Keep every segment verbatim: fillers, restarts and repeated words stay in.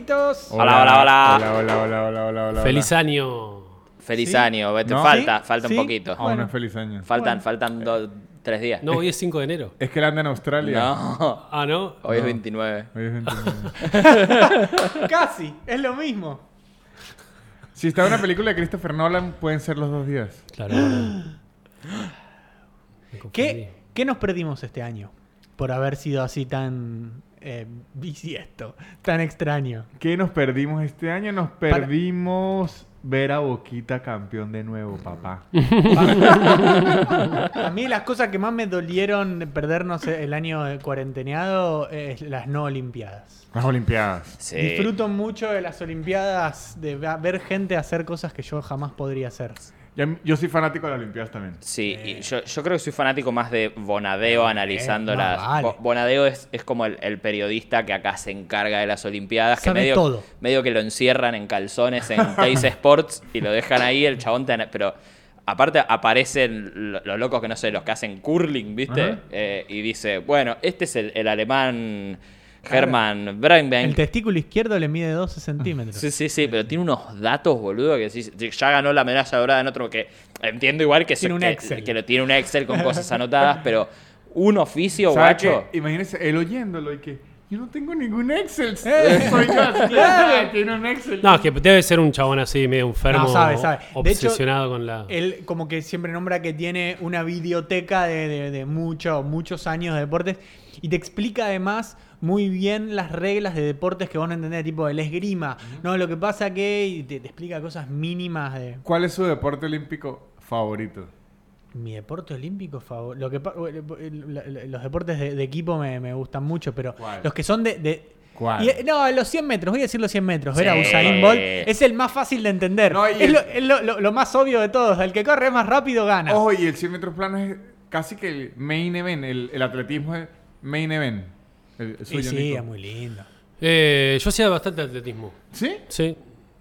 favoritos. Hola, hola, hola. Hola, hola, hola, hola, hola, hola. Feliz año. Feliz ¿Sí? año. Te ¿No? falta, ¿Sí? falta ¿Sí? un poquito. Aún no es feliz año. Faltan, Bueno. faltan dos, tres días. No, hoy es cinco de enero. Es que él anda en Australia. No. Ah, ¿no? Hoy es No. veintinueve. Hoy es veintinueve. Casi, es lo mismo. Si está una película de Christopher Nolan, pueden ser los dos días. Claro. Me confundí. ¿Qué, ¿Qué nos perdimos este año? Por haber sido así tan eh, bisiesto, tan extraño. ¿Qué nos perdimos este año? Nos perdimos ver a Boquita campeón de nuevo, papá. A mí las cosas que más me dolieron de perdernos el año cuarenteneado es las no olimpiadas. Las Olimpiadas. Sí. Disfruto mucho de las olimpiadas, de va- ver gente hacer cosas que yo jamás podría hacer. Ya- Yo soy fanático de las Olimpiadas también. Sí, y yo, yo creo que soy fanático más de Bonadeo analizando Eh, las... más vale. Bo- Bonadeo es, es como el, el periodista que acá se encarga de las Olimpiadas, que Sabe medio, todo. medio que lo encierran en calzones en Teis Sports y lo dejan ahí, el chabón... ten- pero aparte aparecen lo- los locos que no sé, los que hacen curling, ¿viste? Ajá. Eh, y dice, bueno, este es el, el alemán Hermann Breinbank. El testículo izquierdo le mide doce centímetros. Sí, sí, sí, pero tiene unos datos, boludo, que sí, ya ganó la medalla dorada en otro que entiendo igual que, Tiene so- un que, Excel. que lo tiene un Excel con cosas anotadas, pero un oficio, ¿Sabe guacho. qué? Imagínese él oyéndolo y que yo no tengo ningún Excel. Eh. Soy yo así. Claro, tiene un Excel. No, es que debe ser un chabón así, medio enfermo. No, sabe, sabe. De hecho, Obsesionado con la. Él como que siempre nombra que tiene una videoteca de, de, de mucho, muchos años de deportes y te explica además muy bien las reglas de deportes que vos no entendés, tipo el esgrima. No, lo que pasa que y te, te explica cosas mínimas de ¿Cuál es su deporte olímpico favorito? mi deporte olímpico favorito. Lo que pa- los deportes de, de equipo me, me gustan mucho, pero ¿Cuál? los que son de, de ¿Cuál? y, no, los cien metros, voy a decir los cien metros. Ver a Sí. Usain Bolt es el más fácil de entender. No, y es el- lo, es lo- lo- lo más obvio de todos. El que corre más rápido gana. Ojo, y el cien metros planos es casi que el main event. El, el atletismo es main event. El, el Y suyo, sí, Nico. es muy lindo. Eh, yo hacía bastante atletismo. ¿Sí? Sí.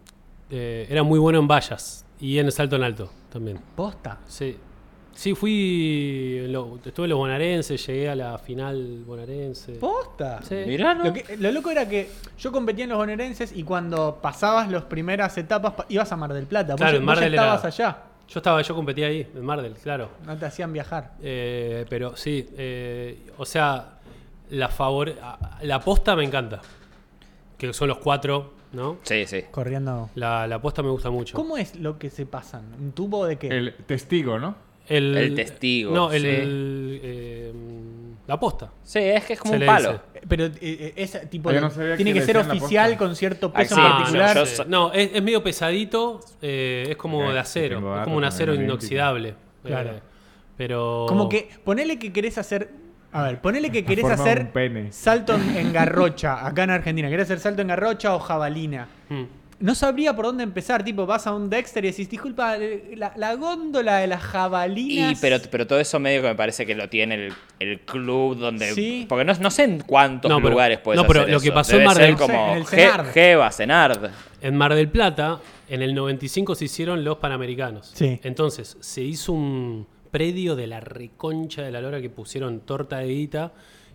Eh, era muy bueno en vallas y en el salto en alto también. ¿Posta? Sí. Sí, fui. en lo- estuve en los bonaerenses, llegué a la final bonaerense. ¿Posta? Sí. Mirá, ¿no? Lo, que- lo loco era que yo competía en los bonaerenses y cuando pasabas las primeras etapas pa- ibas a Mar del Plata. Vos Claro, ya- en vos Mar ya del estabas era- allá. Yo estaba, yo competía ahí, en Mar del, claro. No te hacían viajar. Eh, pero sí, eh, o sea, la favor, a- la posta me encanta. Que son los cuatro, ¿no? Sí, sí. Corriendo. La, la posta me gusta mucho. ¿Cómo es lo que se pasan? ¿Un tubo de qué? El testigo, ¿no? El, El testigo, No, el, sí. el, eh, la posta. Sí, es que es como Se un le palo. dice. Eh, Pero eh, eh, es tipo. Ah, yo de- no sabía tiene que que le ser decían la oficial posta. con cierto Ay, peso sí, en Ah, particular. yo- no, sé. No, es, es medio pesadito, eh, es como Ok, de acero, tengo es datos como un acero también inoxidable. Claro. Eh, pero. Como que ponele que querés hacer. A ver, ponele que La querés forma de hacer un pene. salto en, en garrocha, acá en Argentina. Querés hacer salto en garrocha o jabalina. Mm. No sabría por dónde empezar. Tipo, vas a un Dexter y decís, disculpa, eh, la, la góndola de las Y, jabalinas. pero, pero todo eso medio que me parece que lo tiene el, el club donde... Sí. Porque no, no sé en cuántos No, pero- lugares puedes no, pero hacer lo que eso. pasó Debe en Mar ser del- como en el Ge- Senard. Jeva, Senard. En Mar del Plata, en el noventa y cinco se hicieron los Panamericanos. Sí. Entonces, se hizo un predio de la reconcha de la lora que pusieron torta de guita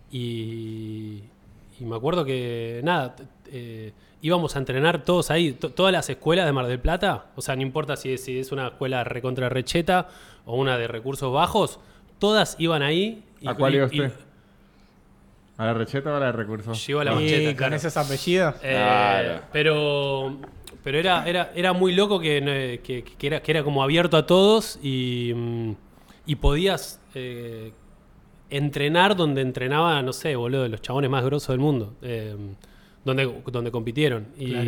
y, y me acuerdo que, nada, t- eh, íbamos a entrenar todos ahí, to- todas las escuelas de Mar del Plata, o sea, no importa si es, si es una escuela recontra recheta o una de recursos bajos, todas iban ahí. Y, ¿A cuál y- iba y- usted? ¿A la recheta o a la de recursos? Llegó a la Y mancheta, con claro. esos apellidos. Eh, Claro. Pero, pero era, era, era muy loco que, no- que, que era, que era como abierto a todos y, mm, y podías eh, entrenar donde entrenaba, no sé, boludo, los chabones más grosos del mundo, eh, donde, donde compitieron. Y, Claro.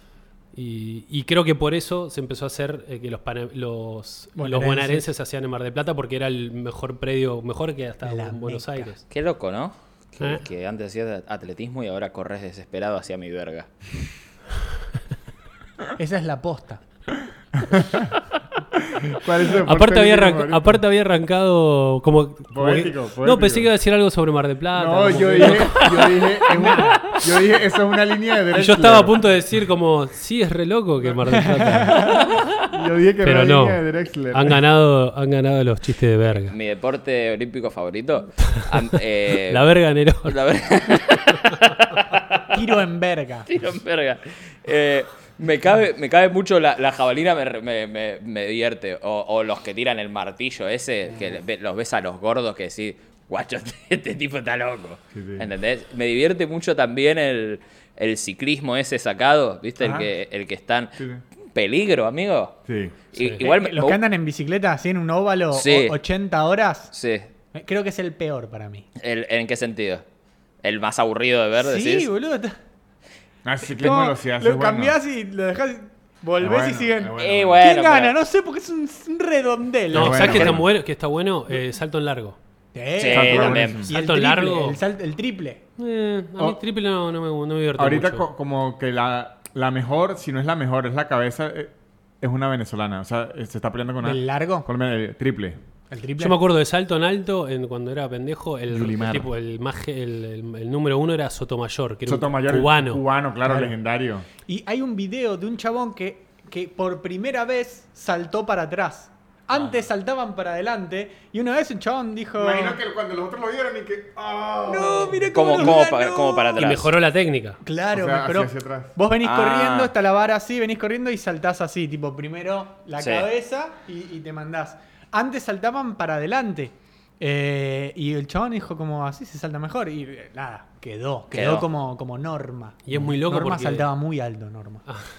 y, y creo que por eso se empezó a hacer eh, que los, pana- los, los Bonaerenses. bonaerenses se hacían en Mar del Plata porque era el mejor predio, mejor que hasta La en Buenos Meca. Aires. Qué loco, ¿no? Que, ¿Eh? que antes hacías atletismo y ahora corres desesperado hacia mi verga. Esa es la posta. ¿Cuál es su deporte Aparte había, olímpico arranca- favorito? aparte había arrancado como... como Poético, que- poético. No, pensé que iba a decir algo sobre Mar del Plata. No, como yo que- dije, yo dije, es una- yo dije, eso es una línea de Y Drexler. yo estaba a punto de decir como, sí, es re loco que Mar del Plata. Yo dije que Pero era una no, línea de Drexler. han ganado, han ganado los chistes de verga. Mi deporte olímpico favorito. am- eh, La verga Nerón. la ver- Tiro en verga. Tiro en verga. Eh, me, cabe, me cabe mucho la, la jabalina, me, me, me, me divierte. O, o los que tiran el martillo ese, que ve- los ves a los gordos que decís, guacho, este, este tipo está loco. Sí, sí. ¿Entendés? Me divierte mucho también el, el ciclismo ese sacado, ¿viste? El Ajá. que, el que están... Sí, sí. Peligro, amigo. Sí. I- Sí. Igual me- Eh, Los que andan en bicicleta así en un óvalo Sí. o- ochenta horas, Sí. eh, creo que es el peor para mí. ¿El- ¿En qué sentido? ¿El más aburrido de ver, Sí, decís? boludo. está- Ah, ese ciclismo como de velocidad lo es bueno. cambiás y lo dejás, volvés Es bueno, y siguen. es bueno. Eh, ¿Quién bueno, gana? pero- No sé, porque es un, un redondel. No, bueno, ¿sabes qué bueno. está bueno? Que está bueno? Eh, salto en largo. Sí, Sí, Salto también. buenísimo. Y el Salto triple, largo. El, sal- el triple. Eh, a mí Oh. triple no, no, me, no me divierte Ahorita mucho. co- como que la, la mejor, si no es la mejor, es la cabeza, eh, es una venezolana. O sea, eh, se está peleando con una... ¿El largo? Con el triple. El triple. Yo me acuerdo de salto en alto en, cuando era pendejo. El, Yulimar. el tipo, el, más ge- el, el- el número uno era Sotomayor, que era Sotomayor. un cubano. Cubano, claro, Claro. legendario. Y hay un video de un chabón que, que por primera vez saltó para atrás. Antes saltaban para adelante y una vez un chabón dijo... cuando los otros lo vieron y que... ¡ah! No, mire cómo, Como, nos como, ganó". para, como para Y atrás. mejoró la técnica. Claro, O sea, mejoró. hacia- hacia atrás. Vos venís Ah. corriendo, está la vara así, venís corriendo y saltás así, tipo primero la Sí. cabeza y, y te mandás. Antes saltaban para adelante. Eh, y el chabón dijo como así se salta mejor. Y eh, nada, quedó. Quedó, Quedó. como, como Norma. Y es muy loco Norma porque- saltaba muy alto, Norma.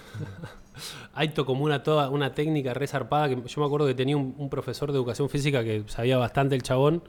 Hay to- como una, toda, una técnica re zarpada. Que yo me acuerdo que tenía un, un profesor de educación física que sabía bastante el chabón.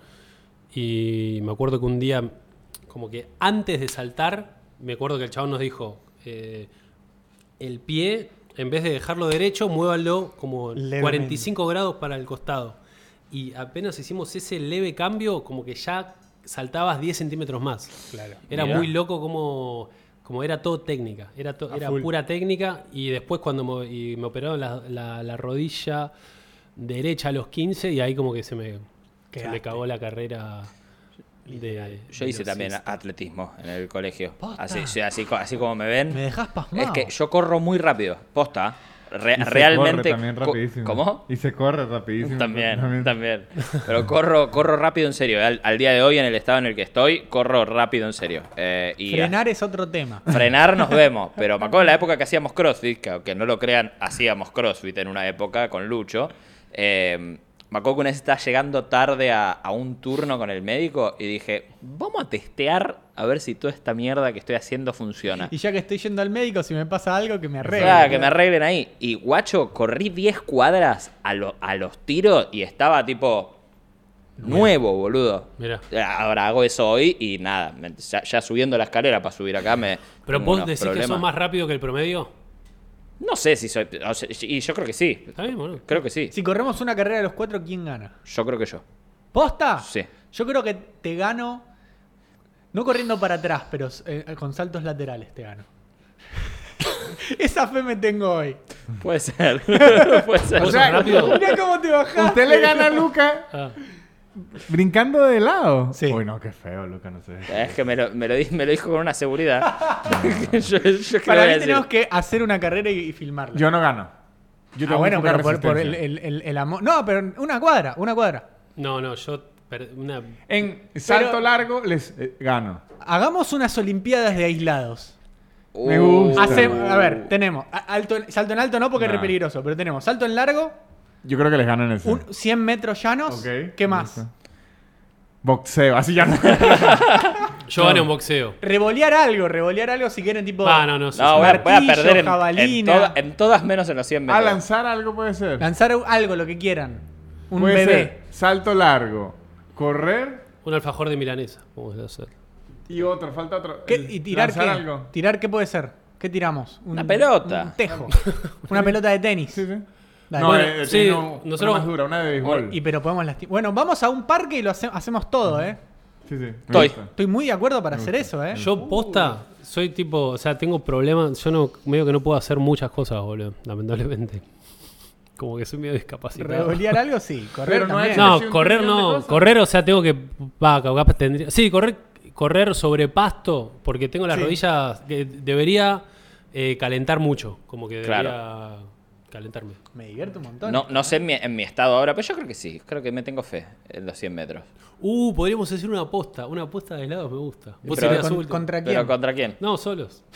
Y me acuerdo que un día, como que antes de saltar, me acuerdo que el chabón nos dijo: eh, el pie, en vez de dejarlo derecho, muévalo como Levemente. cuarenta y cinco grados para el costado. Y apenas hicimos ese leve cambio, como que ya saltabas diez centímetros más. Claro. Era Mirá. muy loco como, como era todo técnica, era, to- A era full. pura técnica. Y después cuando me, y me operaron la, la- la rodilla derecha a los quince y ahí como que se me, se Quedaste. me cagó la carrera de... Yo hice de también velocista. atletismo en el colegio. Posta. Así, sí, así, co- así como me ven. Me dejás pasmado. Es que yo corro muy rápido. Posta. Re- Y se realmente. corre también co- rapidísimo. ¿Cómo? Y se corre rapidísimo. También, también. Pero corro, corro rápido en serio. Al, al día de hoy, en el estado en el que estoy, corro rápido en serio. Eh, y Frenar es otro tema. Frenar nos vemos, pero me acuerdo en la época que hacíamos CrossFit, que aunque no lo crean, hacíamos CrossFit en una época con Lucho. Eh, me acuerdo que una vez estaba llegando tarde a, a un turno con el médico y dije, vamos a testear a ver si toda esta mierda que estoy haciendo funciona. Y ya que estoy yendo al médico, si me pasa algo, que me arregle. Claro, que me arreglen ahí. Y guacho, corrí diez cuadras a, lo- a los tiros y estaba tipo nuevo, boludo. Mirá. Ahora hago eso hoy y nada, me- ya, ya subiendo la escalera para subir acá me... Pero tengo vos unos decís que problemas. sos más rápido que el promedio. No sé si soy... o sea, y yo creo que sí. Está bien, boludo. Creo que sí. Si corremos una carrera de los cuatro, ¿quién gana? Yo creo que yo. ¿Posta? Sí. Yo creo que te gano, no corriendo para atrás, pero eh, con saltos laterales te gano. Esa fe me tengo hoy. Puede ser. Puede ser. ¿Vos sos rápido? Mirá cómo te bajaste. ¿Usted le gana a Luca Ah. brincando de lado? Sí. Uy, no, qué feo, Luca, no sé. Es que me lo, me lo, di- me lo dijo con una seguridad. yo, yo qué Para voy a mí decir. tenemos que hacer una carrera y, y filmarla. Yo no gano. Yo ah, tengo bueno, muy poca pero por, por el, resistencia. el- el- el amor. No, pero una cuadra, una cuadra. No, no, yo... per- Una, En salto Pero- largo les eh, gano. Hagamos unas olimpiadas de aislados. Me Uh, gusta. Hace- a ver, tenemos a- alto, salto en alto no porque es No. re peligroso, pero tenemos salto en largo, Yo creo que les gano en ese. un cien metros llanos. Ok, ¿Qué me más? gusta. Boxeo, así ya no. yo gané un boxeo. Revolear algo, revolear algo si quieren tipo Ah, no, no. sí, No, sí. voy a, voy a martillo, perder en, en, jabalina. toda- en todas menos en los cien A metros. lanzar algo puede ser. lanzar algo, lo que quieran. Un puede bebé. ser salto largo, correr Un alfajor de milanesa. Vamos a hacer. y otro, falta otro. ¿Qué- El- ¿Y tirar qué? lanzar algo. ¿Tirar qué puede ser? ¿Qué tiramos? Un- Una pelota. Un tejo. Una pelota de tenis. Sí, sí. Dale. No, Bueno, eh, eh, sí, tiene una- nosotros- una más dura, una de béisbol. Y pero podemos lastimar. Bueno, vamos a un parque y lo hace- hacemos todo, ¿eh? Sí, sí. me Estoy. gusta. Estoy muy de acuerdo para hacer eso, ¿eh? Yo posta, soy tipo, o sea, tengo problemas, yo no, medio que no puedo hacer muchas cosas, boludo, lamentablemente. Como que soy medio discapacitado. Revolear algo, sí. Correr Pero no también. es- No, Sí, un correr millón de no, cosas. correr, o sea, tengo que, va, capaz tendría, sí, correr, correr sobre pasto, porque tengo las Sí. rodillas que debería eh, calentar mucho, como que debería Claro. calentarme. Me divierte un montón. No, no sé en mi, en mi estado ahora, pero yo creo que sí. Creo que me tengo fe en los cien metros. Uh, podríamos hacer una aposta. Una aposta de helados me gusta. Vos Pero serías Con- último. ¿Contra quién? ¿Pero contra quién? No, solos.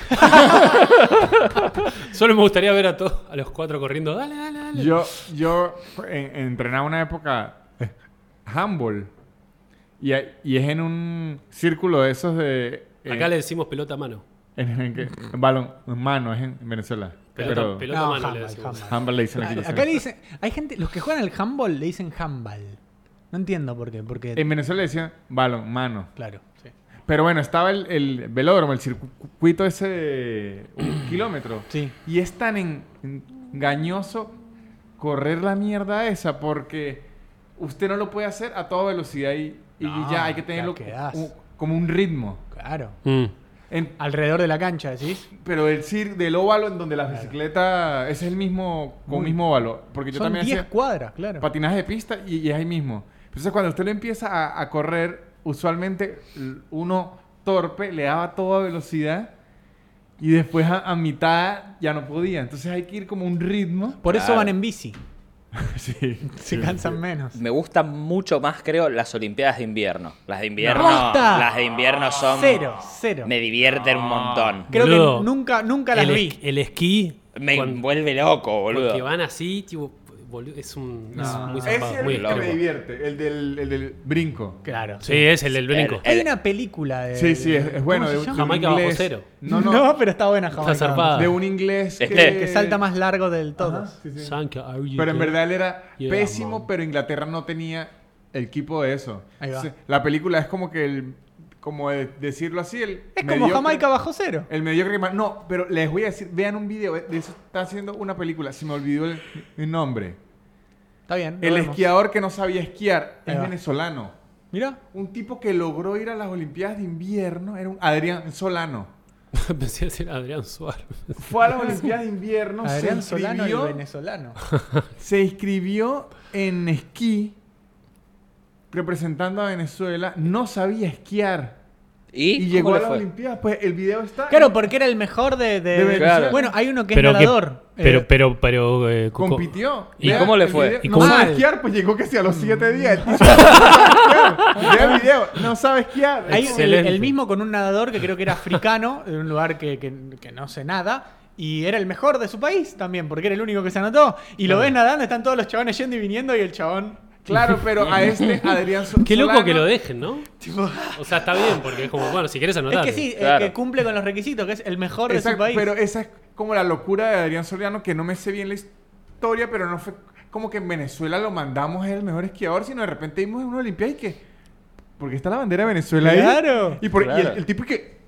Solo me gustaría ver a todos, a los cuatro corriendo. Dale, dale, dale. Yo, yo en- entrenaba una época eh, handball. Y, hay- y es en un círculo de esos de... eh, Acá le decimos pelota a mano. En, en que- en balón, en mano, es en Venezuela. Pelota, Pero pelota No, a mano le handball, decimos. handball. handball le dicen aquí. Acá le dicen, hay gente, los que juegan al handball le dicen handball. No entiendo por qué, porque En Venezuela le decían balón, mano. claro, sí. Pero bueno, estaba el, el velódromo, el circuito ese de un kilómetro. Sí. Y es tan en- engañoso correr la mierda esa porque usted no lo puede hacer a toda velocidad y, y No, ya hay que la tenerlo quedás. como, como un ritmo. Claro. Mm. En- Alrededor de la cancha, decís. pero el cir del óvalo en donde la bicicleta ese es el mismo, con Muy- mismo óvalo. Porque yo Son también diez hacía cuadras, claro. patinaje de pista y, y es ahí mismo. Entonces cuando usted lo empieza a, a correr, usualmente l- uno torpe le daba toda velocidad y después a, a mitad ya no podía. Entonces hay que ir como un ritmo. Por eso Claro. van en bici. Sí. Se cansan menos. Me gustan mucho más, creo, las Olimpiadas de invierno. Las de invierno, ¡Posta! las de invierno son... Cero, cero. Me divierten un montón. Creo Boludo, que nunca, nunca las el, vi. es- el esquí. Me cuando- vuelve loco, boludo. Porque van así, tipo, boludo, es un. No. Es muy Ese es zarpado, el muy que me extremo. divierte, el del, el del brinco. Claro. Sí, es el del brinco. El- Hay una película de. Sí, sí, es, es bueno. ¿Cómo De, se un- llama? de un Jamaica bajo inglés- cero. No, No, no. pero está buena Jamaica. zarpada. De un inglés Este, que... Que salta más largo del todo. Ajá, sí, sí. Sanka, are you Pero en there? verdad él era Yeah, pésimo, man. pero Inglaterra no tenía el equipo de eso. Ahí va. Entonces, la película es como que el, como de- decirlo así, el Es como mediocre- Jamaica bajo cero. El mediocre que más- no, pero les voy a decir, vean un video de eso, está haciendo una película, se me olvidó el, el nombre. Está bien. lo El vemos. esquiador que no sabía esquiar Ahí es va. venezolano. Mira. Un tipo que logró ir a las Olimpiadas de invierno era un Adrián Solano. Pensé decir Adrián Suárez. Fue a las Olimpiadas de invierno, Adrián se Solano y inscribió, venezolano. se inscribió en esquí representando a Venezuela, no sabía esquiar ¿Y? y llegó ¿Cómo a le las fue? Olimpiadas. Pues el video está. Claro, porque era el mejor de. de- De Venezuela. Claro. Bueno, hay uno que es Pero, que- nadador. pero, Eh, pero, pero, eh, co- compitió. ¿Y Vea cómo le el fue? video. ¿Y no cómo- sabe Mal. esquiar, pues llegó casi a los siete días. El tipo no sabe esquiar. Vea el video, no sabe esquiar. hay el, Excelente. el mismo con un nadador que creo que era africano, de un lugar que, que- que no sé nada. Y era el mejor de su país también, porque era el único que se anotó. Y lo ves nadando, están todos los chabones yendo y viniendo y el chabón. Claro, pero a este Adrián Solano. Qué loco que lo dejen, ¿no? Tipo, O sea, está bien, porque es como, bueno, si quieres es anotar. que sí, eh, Claro. que cumple con los requisitos, que es el mejor de su Exacto, país. pero esa es como la locura de Adrián Soriano, que no me sé bien la historia, pero no fue como que en Venezuela lo mandamos es el mejor esquiador, sino de repente vimos en una Olimpiada y que... Porque está la bandera de Venezuela ahí. Claro. Y, por, y Claro. el, el tipo que...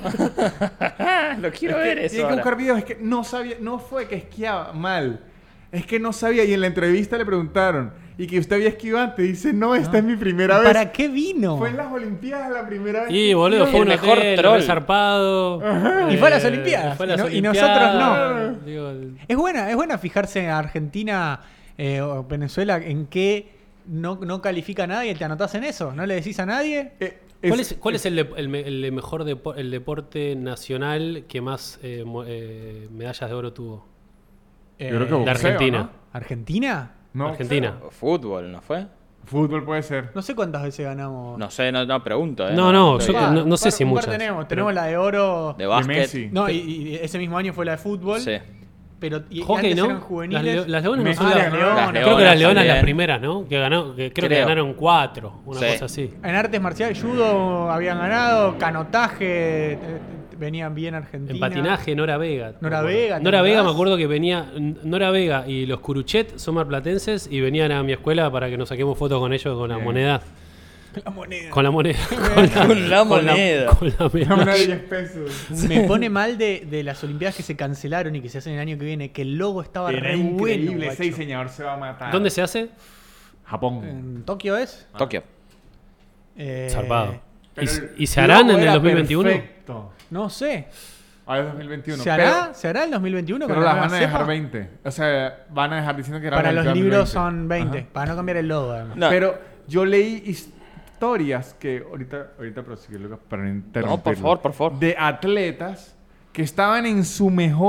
Lo quiero es que ver eso. tiene que ahora. buscar videos, es que no sabía, no fue que esquiaba mal. Es que no sabía y en la entrevista le preguntaron, ¿y que usted había esquiado antes? Dice, no, esta es mi primera vez. ¿Para qué vino? Fue en las Olimpiadas la primera vez. Y que boludo, esquió. fue un el mejor hotel, troll. resarpado. Y fue a las Olimpiadas. Fue a Y las no- y Olimpiadas. nosotros no. Digo, el- Es buena, es buena fijarse en Argentina eh, o Venezuela en qué no, no califica a nadie y te anotás en eso. ¿No le decís a nadie? Eh, ¿Cuál es, cuál es el, de- el me- el de mejor depo- el deporte nacional que más eh, mo- eh, medallas de oro tuvo? Yo creo que Eh, boxeo, de Argentina. ¿no? ¿Argentina? No, Argentina. Fútbol, ¿no fue? Fútbol puede ser. No sé cuántas veces ganamos. No sé, no, no pregunto. ¿eh? No, no, estoy- yo- Ah, no- no un sé par- si un par muchas. tenemos. Tenemos la de oro. De De básquet. Messi. No, y, y ese mismo año fue la de fútbol. Sí. Pero y, y Hockey, antes ¿no? eran Las, juveniles. leo- las leonas no Messi, son Ah, las las leonas. leonas. Creo que las leonas también. las primeras, ¿no? Que, ganó, que creo, que Creo. ganaron cuatro, una Sí. cosa así. En artes marciales, judo habían ganado, canotaje, eh, venían bien Argentina. En patinaje, Nora Vega. Nora me acuerdo. Vega, ¿te Nora Vega, acordás? me acuerdo que venía. Nora Vega y los Curuchet son marplatenses y venían a mi escuela para que nos saquemos fotos con ellos con la Bien. moneda. La moneda. Con la moneda. Con la moneda. Con la, Una medalla. de diez pesos. Me pone mal de, de las Olimpiadas que se cancelaron y que se hacen el año que viene, que el logo estaba Era re increíble. bueno. Ese guacho. diseñador se va a matar. ¿Dónde se hace? Japón. ¿En Tokio es? Tokio. Eh, Zarpado. ¿Y, Pero s- el y se harán logo en el era dos mil veintiuno? Perfecto. No sé. Ah, es dos mil veintiuno. ¿Se hará? ¿Se hará el dos mil veintiuno? Pero, con pero la las nueva van a dejar cepa? veinte. O sea, van a dejar diciendo que era Para la los Olimpiada libros dos mil son veinte. Ajá. Para no cambiar el logo, además. No. Pero yo leí historias que ahorita, ahorita prosigue, Lucas, para no interrumpir. No, por favor, por favor. De atletas que estaban en su mejor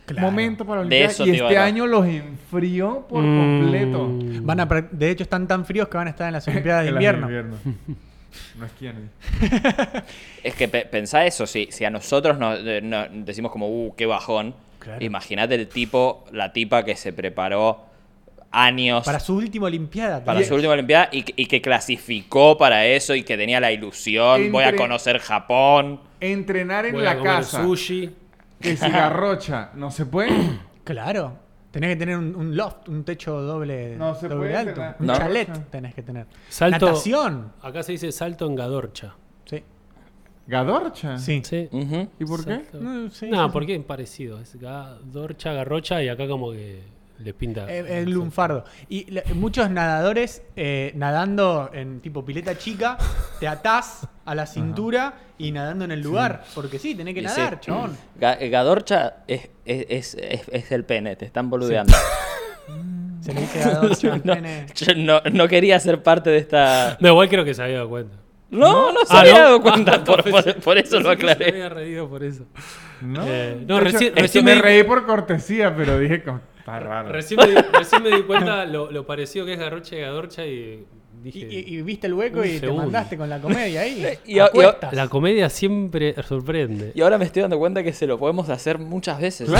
Claro. momento para De Olimpiadas eso y te iba a este hablar. año los enfrió por Mm. completo. Van a, pra- de hecho, están tan fríos que van a estar en las Olimpiadas de En las invierno. No es quién. Es que pe- pensá eso, si, si a nosotros nos, eh, nos decimos como, uh, qué bajón, Claro. imagínate el tipo, la tipa que se preparó años Para su última Olimpiada. para también. su última Olimpiada y, que- y que clasificó para eso y que tenía la ilusión, voy a Entre- conocer Japón. Entrenar en Voy a la comer casa. sushi. Que si garrocha, no se puede. Claro. Tenés que tener un, un loft, un techo doble, No se doble puede alto. tener- Un No. chalet tenés que tener. Salto. Natación. Acá se dice salto en Gadorcha. Sí. ¿Gadorcha? Sí. Sí. Ujú. ¿Y por qué? Salto. No, sí, no, sí, porque es parecido. Es Gadorcha, Garrocha y acá como que le pinta. Eh, El lunfardo. Y la- muchos nadadores eh, nadando en tipo pileta chica, te atás a la cintura y nadando en el lugar. Porque sí, tenés que Y nadar, sí. chabón. Ga- Gadorcha es, es, es, es- es el pene, te están boludeando. Se le dice gadorcha al no, pene. yo no, no quería ser parte de esta... No, igual creo que se había dado cuenta. No, no se Ah, había ¿no? dado cuenta, Ah, por, pensé- por- por eso lo pensé que Se aclaré. había reído por eso. No, Eh, no, De recién- hecho, recién me me di- reí por cortesía, pero dije como, está raro. Recién me di, recién me di cuenta lo, lo parecido que es Garrocha y Gadorcha y Y, dije... y- y viste el hueco Un y te segundo. mandaste con la comedia ahí. Y- y- a cuestas. La comedia siempre sorprende. Y ahora me estoy dando cuenta que se lo podemos hacer muchas veces.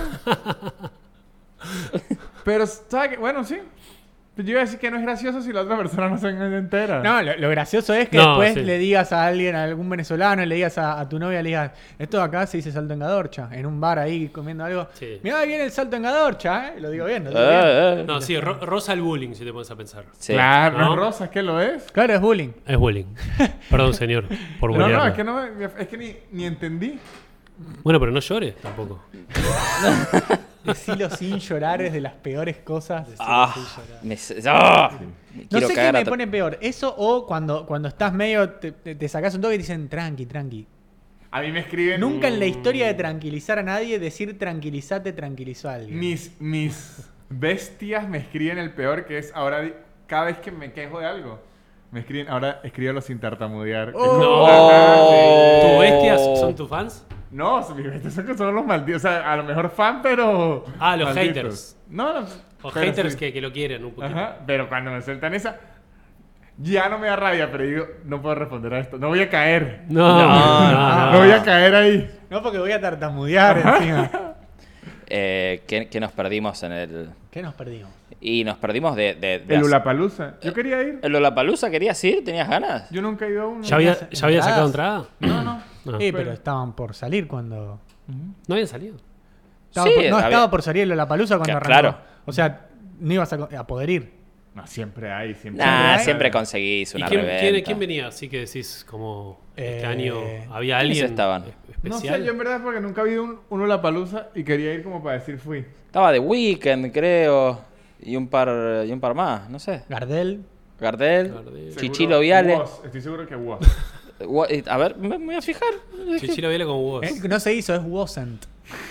Pero, ¿sabes qué? Bueno, sí. Yo iba a decir que no es gracioso si la otra persona no se entera. No, lo, lo gracioso es que No, después sí. le digas a alguien, a algún venezolano, le digas a, a tu novia, le digas, esto acá se dice salto en Gadorcha, en un bar ahí comiendo algo. Sí. Mirá, ahí viene el salto en Gadorcha, ¿eh? Lo digo bien, lo digo Eh, bien. eh. No, sí, ro- rosa el bullying, si te pones a pensar. Sí. Claro, no ¿No? es rosa, es que lo es. Claro, es bullying. Es bullying. Perdón, señor, por No, no, bullearla. es que, no, es que ni, ni entendí. Bueno, pero no llores tampoco. Decilo sin llorar es de las peores cosas. Ah, me, ah, me No quiero sé qué cagar a me to- pone peor, eso o cuando, cuando estás medio, te, te, te sacás un toque y te dicen tranqui, tranqui. A mí me escriben... Nunca en la historia de tranquilizar a nadie decir tranquilizate tranquilizó a alguien. Mis, mis bestias me escriben el peor, que es ahora, di- cada vez que me quejo de algo, me escriben, ahora escríbelo sin tartamudear. Oh. No. Ajá, ¿Tus Oh. bestias son tus fans? No, mis bestias son, son los malditos. O sea, a lo mejor fan, pero... Ah, los malditos. haters. No, no. O pero haters sí. que, que lo quieren un poquito. Ajá, pero cuando me sueltan esa, ya no me da rabia, pero digo, no puedo responder a esto. No voy a caer. No, No, no, No, no. voy a caer ahí. No, porque voy a tartamudear encima. Eh, ¿qué, qué nos perdimos en el...? ¿Qué nos perdimos? Y nos perdimos de... de, de El hacer- Ulapalooza. Yo quería ir. ¿El Lollapalooza querías ir? ¿Tenías ganas? Yo nunca he ido a uno. ¿Ya había, ¿Tenías ya había sacado entradas? entrada? No, no. No. Eh, pero pero- estaban por salir cuando... ¿No habían salido? Estaba Sí, por- no, había- estaba por salir la palusa cuando Ca- arrancó. claro. O sea, no ibas a, co- a poder ir. No, siempre hay, siempre Nah, hay. siempre conseguís ¿Y una quién, reventa. quién, quién venía? Así que decís, como este Eh, año había ¿quiénes alguien estaban? es- No sé, especial. yo en verdad porque nunca había un, un Ulapalooza y quería ir como para decir fui. Estaba The Weeknd, creo. Y un par y un par más, no sé. Gardel. Gardel, Gardel. Chichilo Viale. Woz, estoy seguro que Woz. Gua- eh, A ver, me, me voy a fijar. Chichilo Viale con vos. Eh, no se hizo, es wasn't.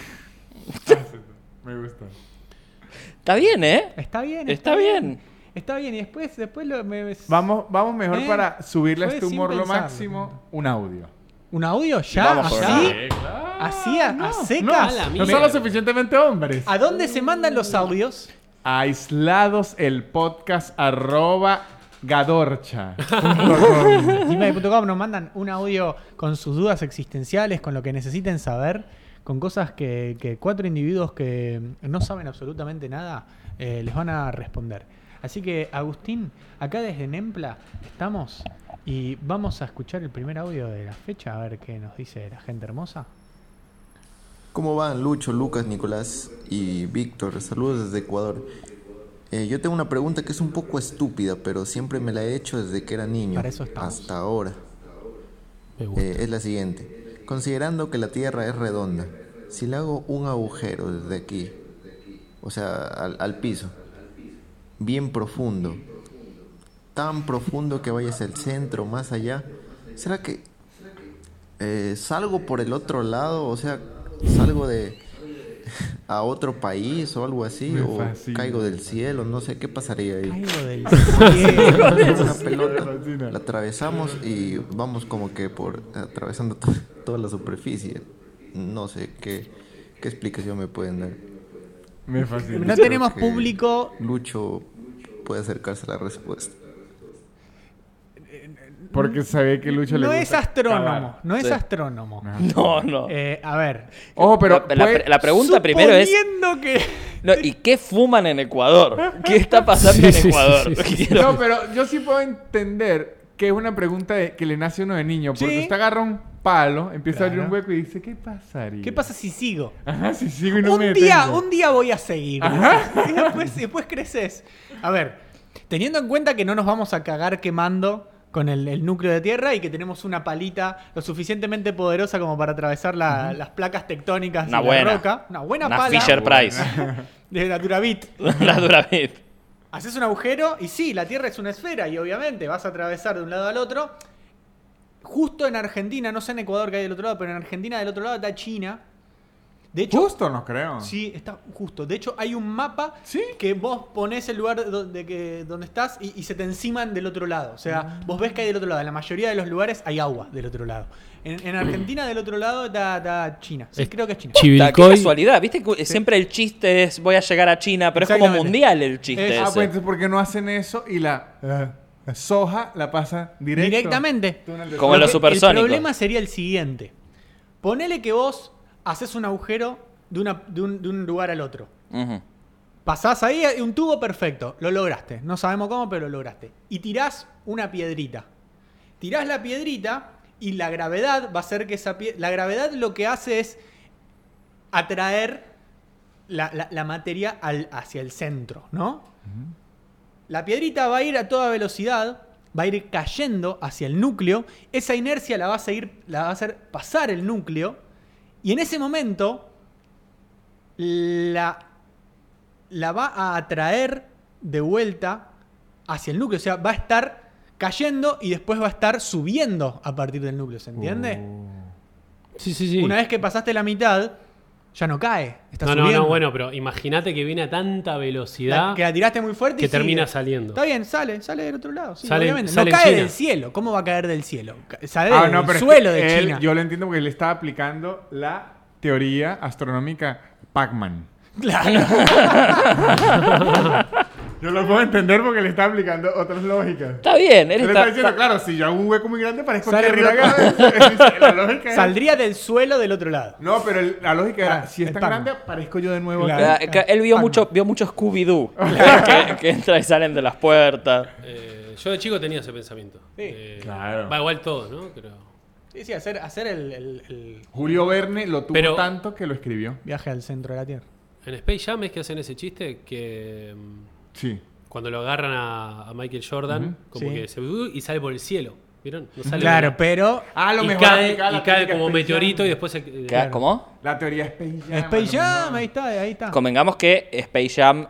Me gusta. Está bien, ¿eh? Está bien. Está bien. Está bien. Y después, después lo, me- Vamos, vamos mejor Eh, para subirle a fue este sin humor lo pensarlo. máximo un audio. ¿Un audio ya? Vamos por ¿Así? una. claro. ¿Así a, a No, secas? no, A la no mierda. son lo suficientemente hombres. ¿A dónde se mandan los audios? Aislados el podcast arroba gadorcha. gmail punto com nos mandan un audio con sus dudas existenciales, con lo que necesiten saber, con cosas que, que cuatro individuos que no saben absolutamente nada eh, les van a responder. Así que, Agustín, acá desde Nempla estamos y vamos a escuchar el primer audio de la fecha, a ver qué nos dice la gente hermosa. ¿Cómo van Lucho, Lucas, Nicolás y Víctor? Saludos desde Ecuador. Eh, yo tengo una pregunta que es un poco estúpida, pero siempre me la he hecho desde que era niño Para eso estamos. hasta ahora. Me gusta. Eh, es la siguiente. Considerando que la Tierra es redonda, si le hago un agujero desde aquí, o sea, al, al piso, bien profundo, tan profundo que vaya hacia el centro, más allá, ¿será que eh, salgo por el otro lado? O sea, salgo de a otro país o algo así, Me o fascina. caigo del cielo, no sé qué pasaría ahí. Algo del cielo. Una pelota, Me fascina. la atravesamos y vamos como que por atravesando to- toda la superficie. No sé qué, ¿Qué explicación me pueden dar? Me fascina. No Creo tenemos que público. Lucho puede acercarse a la respuesta. Porque sabía que Lucho le No gusta es astrónomo. cavar. No es Sí. astrónomo. No, no. Eh, a ver. Ojo, pero la, la puede- pre- la pregunta primero es... Suponiendo que. No, ¿y qué fuman en Ecuador? ¿Qué está pasando Sí, en sí, sí, Ecuador? sí, sí. Quiero- No, pero yo sí puedo entender que es una pregunta de- que le nace a uno de niño. Porque Sí. usted agarra un palo, empieza a abrir Claro. un hueco y dice, ¿qué pasaría? ¿Qué pasa si sigo? Ajá, si sigo y no un me día, detengo. un día voy a seguir. Y después, después creces. A ver, teniendo en cuenta que no nos vamos a cagar quemando con el, el núcleo de tierra y que tenemos una palita lo suficientemente poderosa como para atravesar la- las placas tectónicas Una de buena. la roca. Una buena Una pala Fisher Price. de Naturavit. La Duravit. Haces un agujero y sí, la Tierra es una esfera y obviamente vas a atravesar de un lado al otro. Justo en Argentina, no sé en Ecuador que hay del otro lado, pero en Argentina del otro lado está China. De hecho, Justo, no creo. sí, está justo. De hecho, hay un mapa ¿Sí? que vos ponés el lugar donde, que, donde estás y, y se te enciman del otro lado. O sea, vos ves que hay del otro lado. En la mayoría de los lugares hay agua del otro lado. En, en Argentina del otro lado está, está China. Sí, Es creo que es China. Puta, qué Chivilcoy. casualidad. Viste que siempre el chiste es voy a llegar a China, pero es como Exactamente. mundial el chiste Es- Ah, ese. pues entonces, ¿por qué no hacen eso y la, la soja la pasa directo? Directamente. Túnel de Como soja. en los que- supersónicos. El problema sería el siguiente. Ponele que vos haces un agujero de, una, de, un, de un lugar al otro. Ujú. Pasás ahí y un tubo perfecto. Lo lograste. No sabemos cómo, pero lo lograste. Y tirás una piedrita. Tirás la piedrita y la gravedad va a hacer que esa piedra... La gravedad lo que hace es atraer la, la- la materia al- hacia el centro, ¿no? La piedrita va a ir a toda velocidad, va a ir cayendo hacia el núcleo. Esa inercia la va a seguir, la va a hacer pasar el núcleo. Y en ese momento la, la va a atraer de vuelta hacia el núcleo. O sea, va a estar cayendo y después va a estar subiendo a partir del núcleo. ¿Se entiende? Sí, sí, sí. Una vez que pasaste la mitad, ya no cae. Está no, no, subiendo. no, bueno, pero imagínate que viene a tanta velocidad La- que la tiraste muy fuerte y que sigue. termina saliendo. Está bien, sale, sale del otro lado. Sí, Sale- obviamente. sale no en cae China. del cielo. ¿Cómo va a caer del cielo? Ca- Sale Ah, del no, pero es suelo que de él- China. yo lo entiendo porque él estaba aplicando la teoría astronómica Pac-Man. Claro. Yo lo puedo entender porque le está aplicando otras lógicas. Está bien, él Él está, está diciendo, está- claro, si yo hago un hueco muy grande, parezco Sale Terry por acá. Rogatis. La lógica es... Saldría del suelo del otro lado. No, pero el- la lógica era, Ah, si es el tan Pac-Man. grande, parezco yo de nuevo Claro. aquí. Ah, que él vio Pac-Man. mucho, vio mucho Scooby-Doo. que, que entra y salen de las puertas. Eh, yo de chico tenía ese pensamiento. Sí. Eh, Claro. Va igual todo, ¿no? Pero... Sí, sí, hacer, hacer el, el- el Julio Verne lo tuvo Pero- tanto que lo escribió. viaje al centro de la Tierra. En Space Jam es que hacen ese chiste que mm, Sí. cuando lo agarran a, a Michael Jordan, Ujú. como Sí. que se y sale por el cielo. ¿Vieron? No sale Claro, por- pero Ah, lo y mejor cae, aplicada y la cae técnica como Space meteorito Jam. y después se. eh, ¿Qué- ¿Cómo? La teoría Space Jam. Space lo Jam, mejor. ahí está, ahí está. Convengamos que Space Jam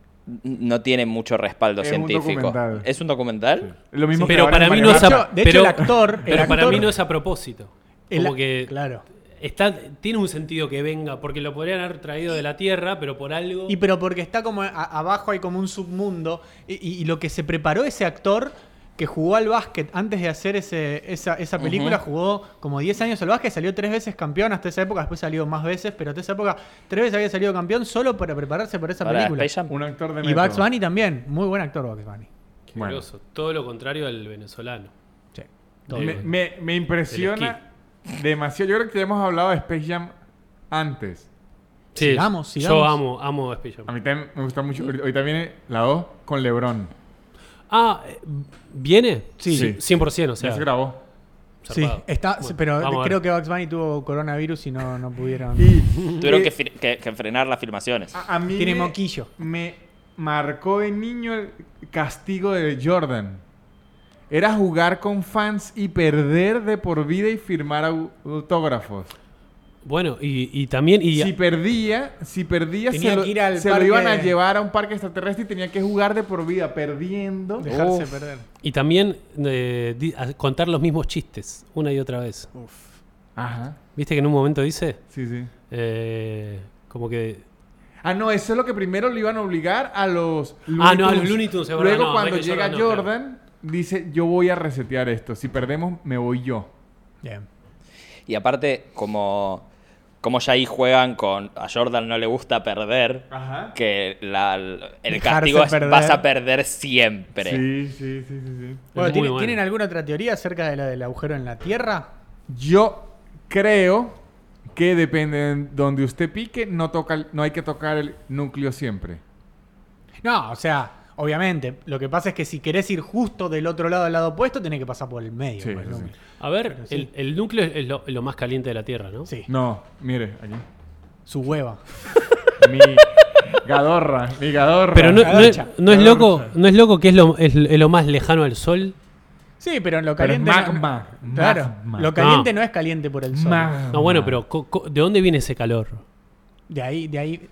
no tiene mucho respaldo Es un científico. documental. ¿Es un documental? Lo mismo Pero que para ahora mí en no es Mario a, Bros. De hecho- de hecho, pero, el actor- el pero para actor- mí no es a propósito. El- Como que Claro. está, tiene un sentido que venga, porque lo podrían haber traído de la Tierra, pero por algo. Y pero porque está como a- abajo hay como un submundo. Y, y- y lo que se preparó ese actor que jugó al básquet antes de hacer ese, esa, esa película, Ujú. jugó como diez años al básquet, salió tres veces campeón hasta esa época, después salió más veces, pero hasta esa época tres veces había salido campeón solo para prepararse para esa Para película. Space Jam. Un actor de Y método. Bugs Bunny también, muy buen actor Bugs Bunny. Qué Bueno. groso. Todo lo contrario al venezolano. Sí. Todo Me, bien. me, me impresiona demasiado. Yo creo que ya hemos hablado de Space Jam antes. Sí, Sigamos, sigamos. Yo amo, amo Space Jam. A mí también me gusta mucho. Ahorita viene la dos con LeBron. Ah, eh, ¿viene? Sí. Sí. cien por ciento, o sea. Ya se grabó. Sí, zarpado. está, Bueno, pero vamos a creo ver. que Bugs Bunny tuvo coronavirus y no, no pudieron. Y Tuvieron eh, que, fir- que- que frenar las filmaciones. a, a mí Tiene me, moquillo. me marcó de niño el castigo de Jordan. Era jugar con fans y perder de por vida y firmar au- autógrafos. Bueno, y, y también. Y, Si perdía, si perdía, Tenía se, lo, que ir al se lo parque- iban a llevar a un parque extraterrestre y tenía que jugar de por vida, perdiendo. Dejarse Uf. perder. y también eh, di- a- contar los mismos chistes una y otra vez. Ajá, ¿Viste que en un momento dice? sí, sí. Eh, como que. Ah, no, eso es lo que primero le iban a obligar a los Ah, no, a los Looney Tunes, es verdad, Luego no, cuando Michael llega Jordan no, Jordan, dice, yo voy a resetear esto. Si perdemos, me voy yo. Bien. Y aparte, como, como ya ahí juegan con... A Jordan no le gusta perder, Ajá. que la, el Dejarse castigo es perder. vas a perder siempre. Sí, sí, sí, sí, sí. Bueno, muy ¿tiene- bueno. ¿tienen alguna otra teoría acerca de la del agujero en la Tierra? Yo creo que depende de donde usted pique, no, toca, el- no hay que tocar el núcleo siempre. No, o sea, obviamente. Lo que pasa es que si querés ir justo del otro lado al lado opuesto, tenés que pasar por el medio. Sí, pues, sí, ¿no? sí. A ver, Pero sí. el, el núcleo es lo, lo más caliente de la Tierra, ¿no? Sí, No, mire, aquí. su hueva. Mi gadorra, mi gadorra. Pero no, no, es, Gadocha. no es Gadocha. loco, no es loco que es lo, es, es lo más lejano al Sol. Sí, pero en lo Pero es caliente. no- magma, claro, magma. lo caliente No. no. es caliente por el sol. Magma. No, bueno, pero co- co- ¿de dónde viene ese calor? De ahí, de ahí.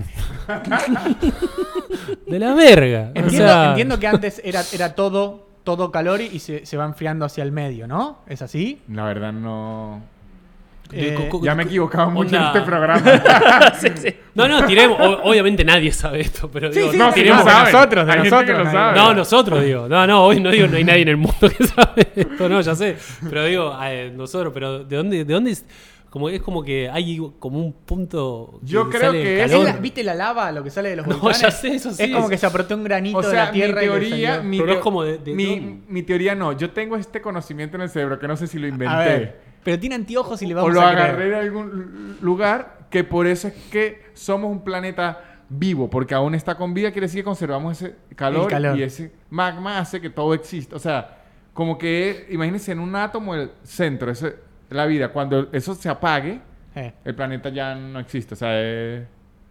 De la verga. Entiendo, o sea, entiendo que antes era, era todo, todo calor y se, se va enfriando hacia el medio, ¿no? ¿Es así? La verdad no... de- Eh, co- co- Ya me he equivocado mucho en onda- este programa. Sí, sí. No, no, tiremos. O- obviamente nadie sabe esto, pero Sí, digo, sí, no, no, tiremos. no, de nosotros, de Hay gente nosotros, que lo nadie. sabe. No, nosotros digo. No, no, hoy no digo, no hay nadie en el mundo que sabe esto, no, ya sé. Pero digo, eh, nosotros, pero ¿de dónde, de dónde es? Como, es como que hay como un punto. Yo que creo sale que es ¿Es calor. la- ¿Viste la lava, lo que sale de los No, volcanes? ya sé, eso sí. Es como que se apretó un granito O de sea, la tierra mi y le teoría, salió. mi, Pero es teo- como de- de mi, dónde. mi teoría no. Yo tengo este conocimiento en el cerebro que no sé si lo inventé. A ver, pero tiene anteojos y le o vamos lo a agarré creer. de algún lugar, que por eso es que somos un planeta vivo, porque aún está con vida, quiere decir que conservamos ese calor, El calor. y ese magma hace que todo exista. O sea, como que, imagínense, en un átomo el centro, eso es la vida. Cuando eso se apague, Eh. el planeta ya no existe. O sea, es...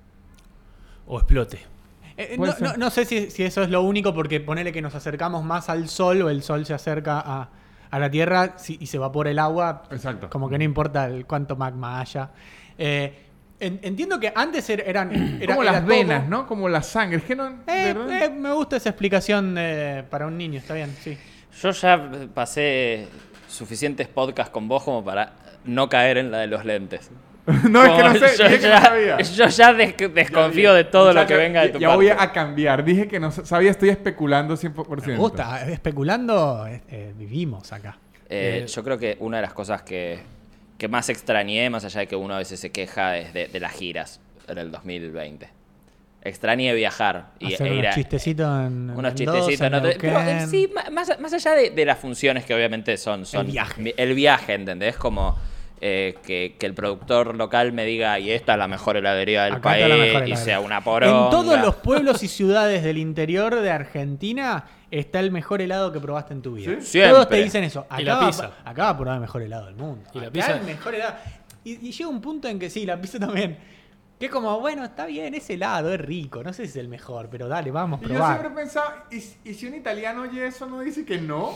O explote. Eh, Puede no, ser. no- no sé si, si eso es lo único, porque ponele que nos acercamos más al sol o el sol se acerca a, a la Tierra si- y se evapora el agua. Exacto. Como que no importa el cuánto magma haya. Eh, en- entiendo que antes er- eran. era- como era las todo- venas, ¿no? Como la sangre. Es que no... Eh, ¿verdad? eh, me gusta esa explicación eh, para un niño, está bien, sí. Yo ya pasé suficientes podcasts con vos como para no caer en la de los lentes. no, es que no Como sé. yo, Dije que ya, no sabía. yo ya des- desconfío de todo lo que Muchacho, venga de ya- tu ya parte. voy a cambiar. Dije que no sabía, estoy especulando cien por ciento. Me gusta, especulando, eh, eh, vivimos acá. Eh, Eh, yo creo que una de las cosas que, que más extrañé, más allá de que uno a veces se queja, es de, de las giras en el dos mil veinte. Extrañé viajar y Hacer e ir unos a- chistecitos en unos en chistecitos. Mendoza, en ¿no? Pero, eh, Neuquén. sí, ma- más, más allá de, de las funciones que obviamente son, son El viaje. mi- el viaje, ¿entendés? Como eh, que, que el productor local me diga, y esta es la mejor heladería del Acá está país, la mejor y heladería. sea una poronga. En todos los pueblos y ciudades del interior de Argentina está el mejor helado que probaste en tu vida. ¿Sí? Siempre. Todos te dicen eso. Acá, Y la va- pizza. acá va a probar el mejor helado del mundo. Y la Acá pizza. el mejor helado. Y, y llega un punto en que sí, la pizza también. Que es como, bueno, está bien, es helado, es rico. No sé si es el mejor, pero dale, vamos a Y yo siempre he probar. pensado, ¿y, y si un italiano oye eso, no dice que no?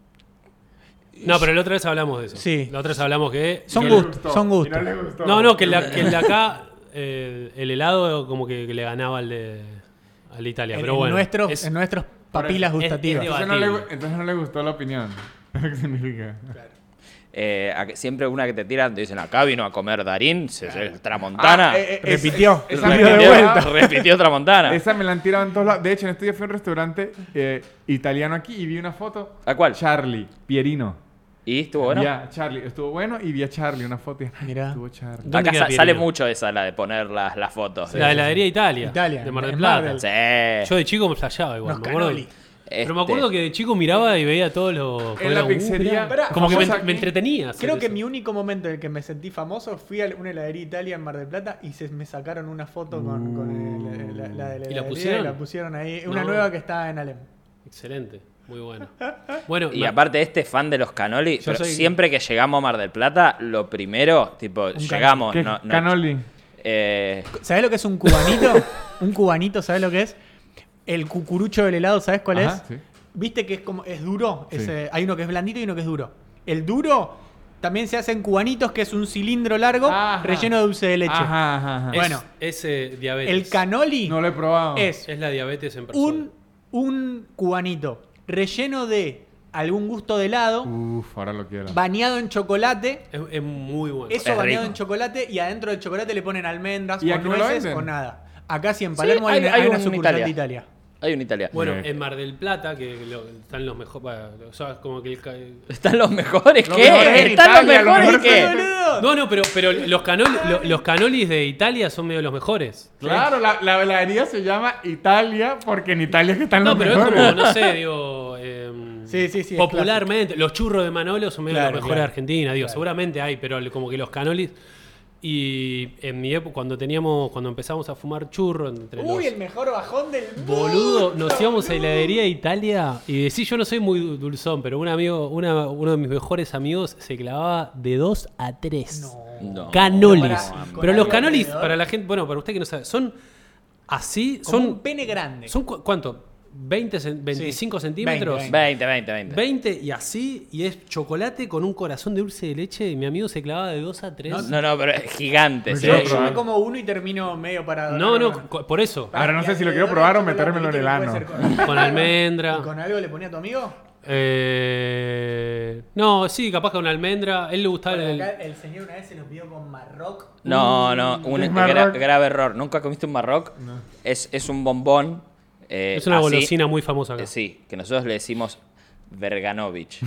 No, pero la otra vez hablamos de eso. Sí. La otra vez hablamos que. Son que No le gustos, gustó, son y gustos. No, le gustó. No, no, que, la, que el de acá, eh, el helado como que, que le ganaba al de, al de Italia. En, pero en bueno. nuestros, es- en nuestros papilas es- es gustativas. de- Entonces no, le, debatible. entonces no le gustó la opinión. ¿Qué significa? Eh, a que- siempre una que te tiran, te dicen, acá vino a comer Darín, se, se- Tramontana. Ah, eh, eh, es- Repitió. es- esa me Repitió la de han vuelta. tirado- Repitió Tramontana. Esa me la han tirado en todos lados. De hecho, en este día fui a un restaurante eh, italiano aquí y vi una foto. ¿A cuál? Charlie, Pierino. ¿Y estuvo bueno? Vi a Charlie, estuvo bueno y vi a Charlie una foto. Y, ay, Mirá. Estuvo Charlie. ¿Dónde Acá queda sa- sale Pierino? mucho esa, la de poner las, las fotos. La heladería Italia. Italia, De Mar del en Plata. Mar del- Sí. Yo de chico me flasheaba igual. Unos Me acuerdo, cannoli. pero me Este, acuerdo que de chico miraba y veía todos los. En la como, pizzería. Pará, Como que me, famosa me aquí. entretenía. hacer Creo que eso. mi único momento en el que me sentí famoso fui a una heladería Italia en Mar del Plata y se me sacaron una foto con, con el- la, la de la ¿Y la heladería pusieron? y la pusieron ahí. Una No. nueva que está en Alem. Excelente. Muy bueno. Bueno, Y me- aparte, este fan de los canoli, Yo pero soy- siempre que llegamos a Mar del Plata, lo primero, tipo, llegamos. ¿Qué? No, no- Canoli. eh, ¿Sabés lo que es un cubanito? Un cubanito, ¿sabés lo que es? El cucurucho del helado, ¿sabés cuál Ajá, es? sí. ¿Viste que es como es duro? Sí. Es, eh, hay uno que es blandito y uno que es duro. El duro también se hace en cubanitos, que es un cilindro largo Ajá. relleno de dulce de leche. Ajá, ajá, ajá. es, bueno. es eh, diabetes. El canoli No lo he probado. es Es la diabetes en persona. un, un cubanito relleno de algún gusto de helado, Uf, ahora lo quiero. bañado en chocolate. Es, es muy bueno. Eso Es bañado rico. en chocolate y adentro del chocolate le ponen almendras ¿Y o aquí no lo nueces venden? o nada. Acá sí en Sí, Palermo hay, hay- una, hay hay una un sucursal Italia. de Italia. Hay un Italia. Bueno, Eh. en Mar del Plata, que lo- están los mejores. O sea, como que el ca- ¿Están los mejores? Los ¿Qué? mejores en ¿Están Italia, los los mejores mejores qué? en- No, no, pero, pero los, canoli, lo- los canolis de Italia son medio los mejores. Claro, la, la heladería se llama Italia porque en Italia es que están No, los pero es mejores. como, no sé, digo. em, Sí, sí, sí, es popularmente, los churros de Manolo son medio Claro, los mejores claro. de Argentina, digo, Claro. seguramente hay, pero como que los canolis. Y en mi época, cuando teníamos, cuando empezamos a fumar churro entre Uy, los. el mejor bajón del mundo. Boludo, nos íbamos a la heladería de Italia y decís, yo no soy muy dulzón, pero un amigo, una- uno de mis mejores amigos se clavaba de dos a tres. No. Canolis. Pero para- Pero los con canolis, alrededor. para la gente, bueno, para usted que no sabe, son así, Como son. un pene grande. ¿Son cu- cuánto? ¿veinte, cen- veinticinco Sí, centímetros? veinte, veinte, veinte, veinte. veinte y así, y es chocolate con un corazón de dulce de leche. Y mi amigo se clavaba de dos a tres. No, No, No, no, pero es gigante. Yo- ¿sí? Yo, Sí. yo me como uno y termino medio parado. no, co- por eso. Ahora no sé si lo quiero probar o metérmelo en el ano. Con almendra. ¿Y con algo le ponía a tu amigo? Eh, no, sí, capaz con almendra. A él le gustaba Porque el. acá el señor una vez se los vio con Marroc. No, no, un ¿Es gra- Marroc? grave error. ¿Nunca comiste un Marroc? Es, es un bombón. eh, Es una así, golosina muy famosa acá. eh, sí, que nosotros le decimos Verganovich.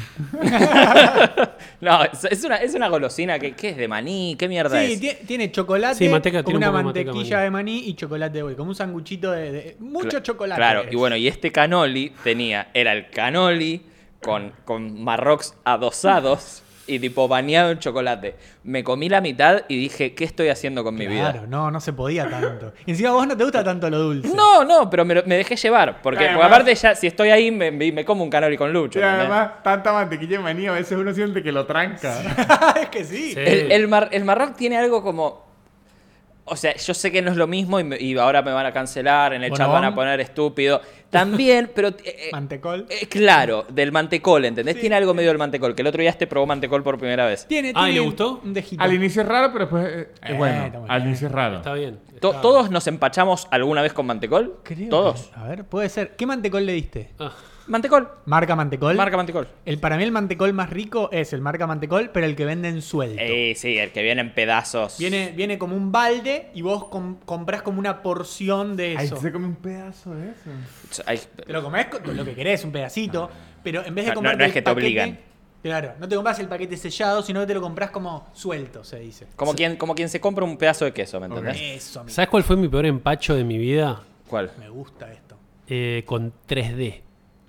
no, es, es una, es una golosina que ¿qué es? ¿De maní? ¿Qué mierda Sí, es? tie- tiene chocolate, Sí, manteca, como tiene una un poco de manteca mantequilla de maní y chocolate de hoy, como un sanguchito de, de- mucho Cla- chocolate. Claro, es. y bueno, y este canoli tenía, era el canoli con, con marrocs adosados y tipo bañado en chocolate. Me comí la mitad y dije, ¿qué estoy haciendo con mi Claro, vida? no, no se podía tanto. Y encima a vos no te gusta tanto lo dulce. No, no, pero me, lo- me dejé llevar. Porque, Además- porque aparte ya, si estoy ahí, me, me- me como un canoli con Lucho. Y ¿entendés? además, tanta mantequilla de maní, a veces uno siente que lo tranca. es que sí. Sí. El, el, mar- el Marroc tiene algo como... O sea, yo sé que no es lo mismo y, me- y ahora me van a cancelar, en el chat Bonobón. van a poner estúpido. También, pero... eh, eh, Mantecol. eh, claro, del mantecol, ¿entendés? Sí. Tiene algo medio del mantecol, que el otro día este probó mantecol por primera vez. Tiene, Ah, ¿y tiene le gustó? un dejito. Al inicio es raro, pero después eh, es Eh, bueno. está muy Al bien. inicio es raro. Está bien. To- Está- ¿Todos nos empachamos alguna vez con mantecol? Creo ¿Todos? que- a ver, puede ser. ¿Qué mantecol le diste? Ah, ¿Mantecol? ¿Marca mantecol? Marca mantecol. El, para mí el mantecol más rico es el marca mantecol, pero el que venden suelto. Eh, sí, el que viene en pedazos. Viene, viene como un balde y vos com- comprás como una porción de Ahí eso. se come un pedazo de eso. Ay, Te lo comés con lo que querés, un pedacito, pero en vez de No, comprar no es que te obligan. Claro, no te compras el paquete sellado, sino que te lo compras como suelto, se dice. como, quien, como quien se compra un pedazo de queso, ¿me entendés? Eso, amigo. ¿Sabes cuál fue mi peor empacho de mi vida? ¿Cuál? Me gusta esto. Eh, con tres D.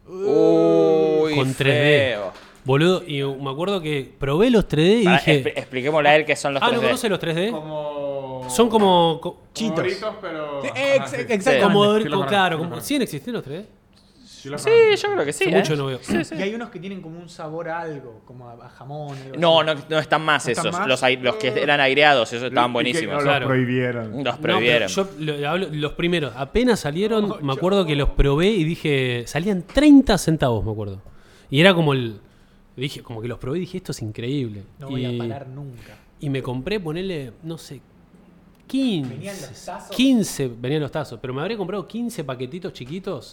Uy, Con tres D. feo. Boludo, y me acuerdo que probé los tres D y Pará, dije. expli- expliquémosle a él qué son los Ah, ¿no tres D. conoce los tres D? Como... Son como. co- Chitos. Doritos, pero... Sí, Ajá, ex- sí. exactamente. como Sí, Dor- los co- conozco, claro, sí, los como, conozco. ¿siguen existiendo los tres D? Sí, los Sí, conozco. yo creo que sí. Hace ¿eh? mucho no veo. Sí, sí. Y hay unos que tienen como un sabor a algo, como a, a jamón. algo No, así. no, no están más ¿No están esos. más? Los, ai- los que eran aireados, esos estaban Y que buenísimos. No Claro. los prohibieron. Los No, pero prohibieron. yo lo- hablo- los primeros, apenas salieron, me acuerdo que los probé y dije, salían treinta centavos, me acuerdo. Y era como el, dije, como que los probé y dije, esto es increíble. No voy y, a parar nunca. y me compré, ponerle, no sé, quince. Venían los tazos. quince, venían los tazos, pero me habré comprado quince paquetitos chiquitos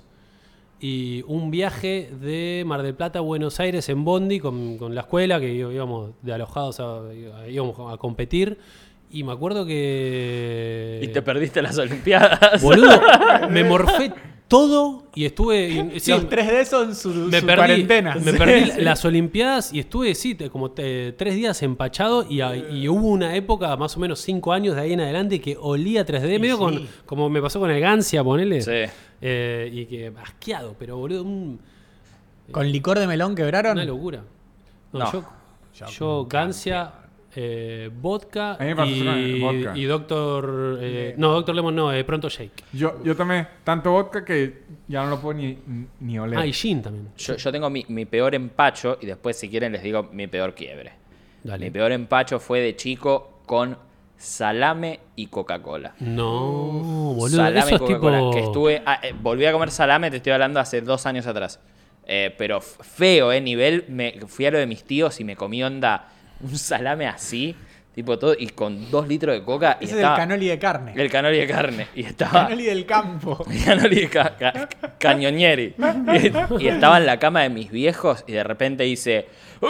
y un viaje de Mar del Plata a Buenos Aires en Bondi con, con la escuela, que íbamos de alojados a, íbamos a competir. Y me acuerdo que... Y te perdiste las Olimpiadas. Boludo, me morfé todo y estuve... y- sí, Los tres D son su, me su perdí, cuarentena. me Sí, perdí sí. las Olimpiadas y estuve, sí, te- como te- tres días empachado y, a- y hubo una época, más o menos cinco años de ahí en adelante, que olía tres D, Y medio sí. con, como me pasó con el Gancia, ponele. Sí. Eh, y que asqueado, pero boludo, un- ¿Con licor de melón quebraron? una locura. No, No. Yo, yo Gancia, eh, vodka, A mí me pasó y, también, vodka. y Doctor... eh, no, Doctor Lemon no, eh, Pronto Shake. Yo, yo tomé tanto vodka que ya no lo puedo ni, ni oler. Ah, y gin también. Yo, yo tengo mi, mi peor empacho y después, si quieren, les digo mi peor quiebre. Dale. Mi peor empacho fue de chico con salame y Coca-Cola. No, boludo, Salame eso y es Coca-Cola. tipo... Que estuve, ah, eh, volví a comer salame, te estoy hablando hace dos años atrás. Eh, pero f- feo, ¿eh? Nivel, me, fui a lo de mis tíos y me comí onda un salame así, tipo todo, y con dos litros de coca. Y Ese es estaba, el canoli de carne. el canoli de carne. Y estaba... Canoli del campo. El canoli de ca- ca- cañonieri. Y, y estaba en la cama de mis viejos y de repente hice...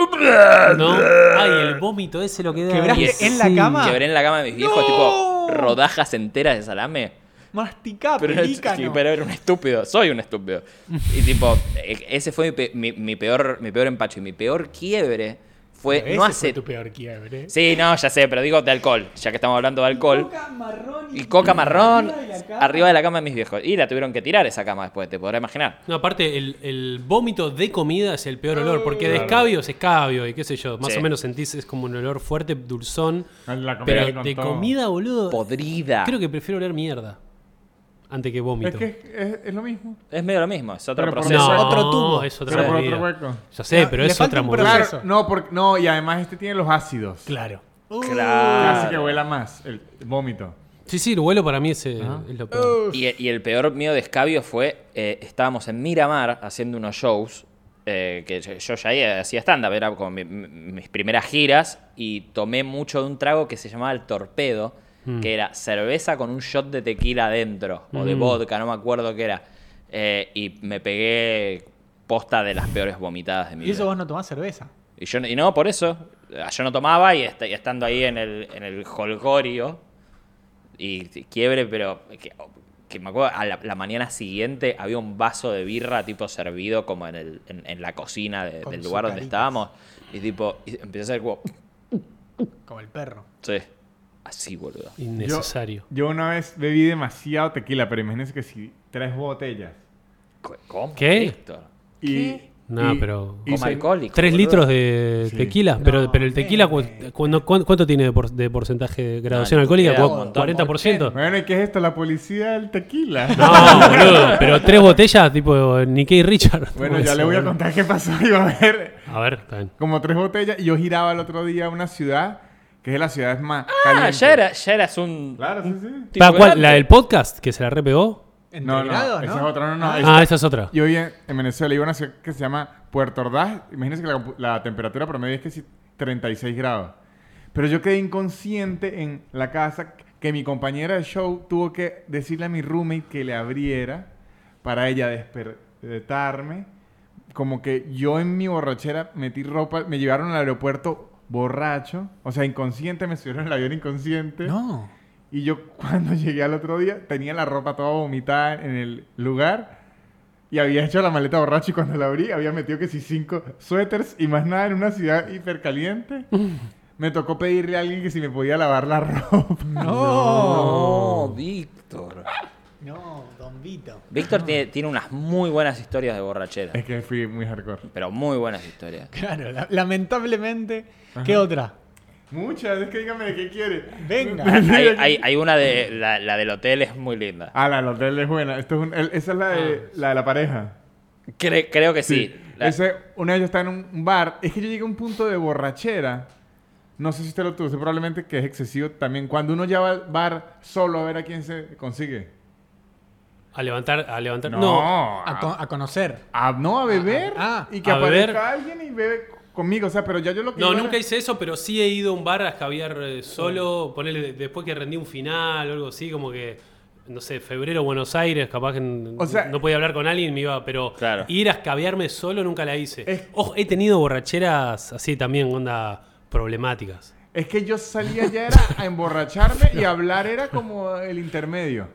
No, ay, el vómito ese lo que da. ¿Quebraste Y es- en la cama? Quebré en la cama de mis viejos, ¡No! tipo rodajas enteras de salame. Masticá, Pero, pelícano. sí, pero era un estúpido, soy un estúpido. Y tipo, e- ese fue mi, pe- mi, mi peor, mi peor empacho. Y mi peor quiebre fue Ese no fue hace... tu peor quiebre. Sí, no, ya sé, pero digo de alcohol, ya que estamos hablando de alcohol. Coca marrón Y coca marrón arriba de la cama. arriba de la cama de mis viejos. Y la tuvieron que tirar esa cama después, te podrás imaginar. No, aparte, el, el vómito de comida es el peor olor, porque de escabio es escabio y qué sé yo. Más Sí. o menos sentís, es como un olor fuerte, dulzón. La comida Pero con de todo. comida, boludo, Podrida. creo que prefiero oler mierda antes que vómito. Es que es, es- es lo mismo. Es medio lo mismo, es otro Pero por proceso. no, otro tubo. es otra Pero por movida. otro hueco. Ya sé, No, pero le es falta otra un movida. proceso. Claro, no, porque, no, y además este tiene los ácidos. Claro. Que Claro. hace que huela más el vómito. Sí, sí, el vuelo para mí es, eh, Ajá. es lo peor. Y, y el peor mío de escabio fue, eh, estábamos en Miramar haciendo unos shows, eh, que yo, yo ya ahí hacía stand-up, era como mi- mi- mis primeras giras, y tomé mucho de un trago que se llamaba el torpedo, Mm. que era cerveza con un shot de tequila adentro, o de Mm. vodka, no me acuerdo qué era. Eh, y me pegué posta de las peores vomitadas de mi Y eso vida. vos no tomás cerveza. Y, yo, y no, por eso, yo no tomaba y, est- y estando ahí en el, en el holgorio, y quiebre, pero que, que me acuerdo, a la, la mañana siguiente había un vaso de birra tipo servido como en, el, en, en la cocina de- Con del lugar donde sucaritas. estábamos, y tipo, y empecé a hacer como, Como el perro. sí, así, boludo. Innecesario. Yo, yo una vez bebí demasiado tequila, pero imagínense que si tres botellas. ¿Cómo? ¿Qué? Víctor? Y, No, y- pero- y Como se- alcohólico. Tres boludo. litros de Sí. tequila, pero, No, pero el tequila, cu- nene. cuando- cu- ¿cuánto tiene de, por- de porcentaje de graduación No, alcohólica? era un ¿Cu- montón. ¿cuarenta por ciento? Bueno, ¿y qué es esto? La policía del tequila. No, boludo, pero tres botellas tipo Nikkei Richard. Bueno, ya le voy a contar qué pasó. Iba a ver A ver, está bien. como tres botellas y yo giraba el otro día a una ciudad que es de las ciudades más Ah, calientes. ya, era, ya eras un... Claro, sí, sí. tipo Pa, ¿cuál? grande. ¿La del podcast que se la repegó? No, no, Integrado, esa ¿no? es otra, no, no. Ah, esa- Ah, esa es otra. Yo viví en, en Venezuela, iba a una ciudad que se llama Puerto Ordaz. Imagínense que la, compu- la temperatura promedio es que sí, treinta y seis grados. Pero yo quedé inconsciente en la casa que mi compañera de show tuvo que decirle a mi roommate que le abriera para ella despertarme. Como que yo en mi borrachera metí ropa, me llevaron al aeropuerto borracho. O sea, inconsciente, me subieron al avión inconsciente. No. Y yo cuando llegué al otro día tenía la ropa toda vomitada en el lugar y había hecho la maleta borracho y cuando la abrí había metido que sí cinco suéteres y más nada en una ciudad hipercaliente. Me tocó pedirle a alguien que si me podía lavar la ropa. No, Víctor. No, Don Vito. Víctor tiene, tiene unas muy buenas historias de borrachera. Es que fui muy hardcore. Pero muy buenas historias. Claro, la- lamentablemente. ¿Qué otra? Muchas, es que dígame de qué quiere. Venga. Hay, hay, hay una de... La, la del hotel es muy linda. Ah, la del hotel es buena. Esto es un- el- esa es la de, la de la pareja. Cre- creo que sí. La- Ese, una vez yo estaba en un bar. Es que yo llegué a un punto de borrachera. No sé si usted lo tuvo, sé probablemente que es excesivo también. Cuando uno ya va al bar solo a ver a quién se consigue. A levantar, a levantar. No. No, A, co- a conocer. a, no, a beber. Ah, y que a aparezca beber. alguien y bebe conmigo. O sea, pero ya yo lo que No, iba nunca era- hice eso, pero sí he ido a un bar a escabiar eh, solo, ponerle después que rendí un final o algo así, como que, no sé, febrero, Buenos Aires, capaz que n- O sea- no podía hablar con alguien, me iba, pero Claro. ir a escabiarme solo nunca la hice. Es- Ojo, he tenido borracheras así también, onda, problemáticas. Es que yo salía ya era a emborracharme y hablar era como el intermedio.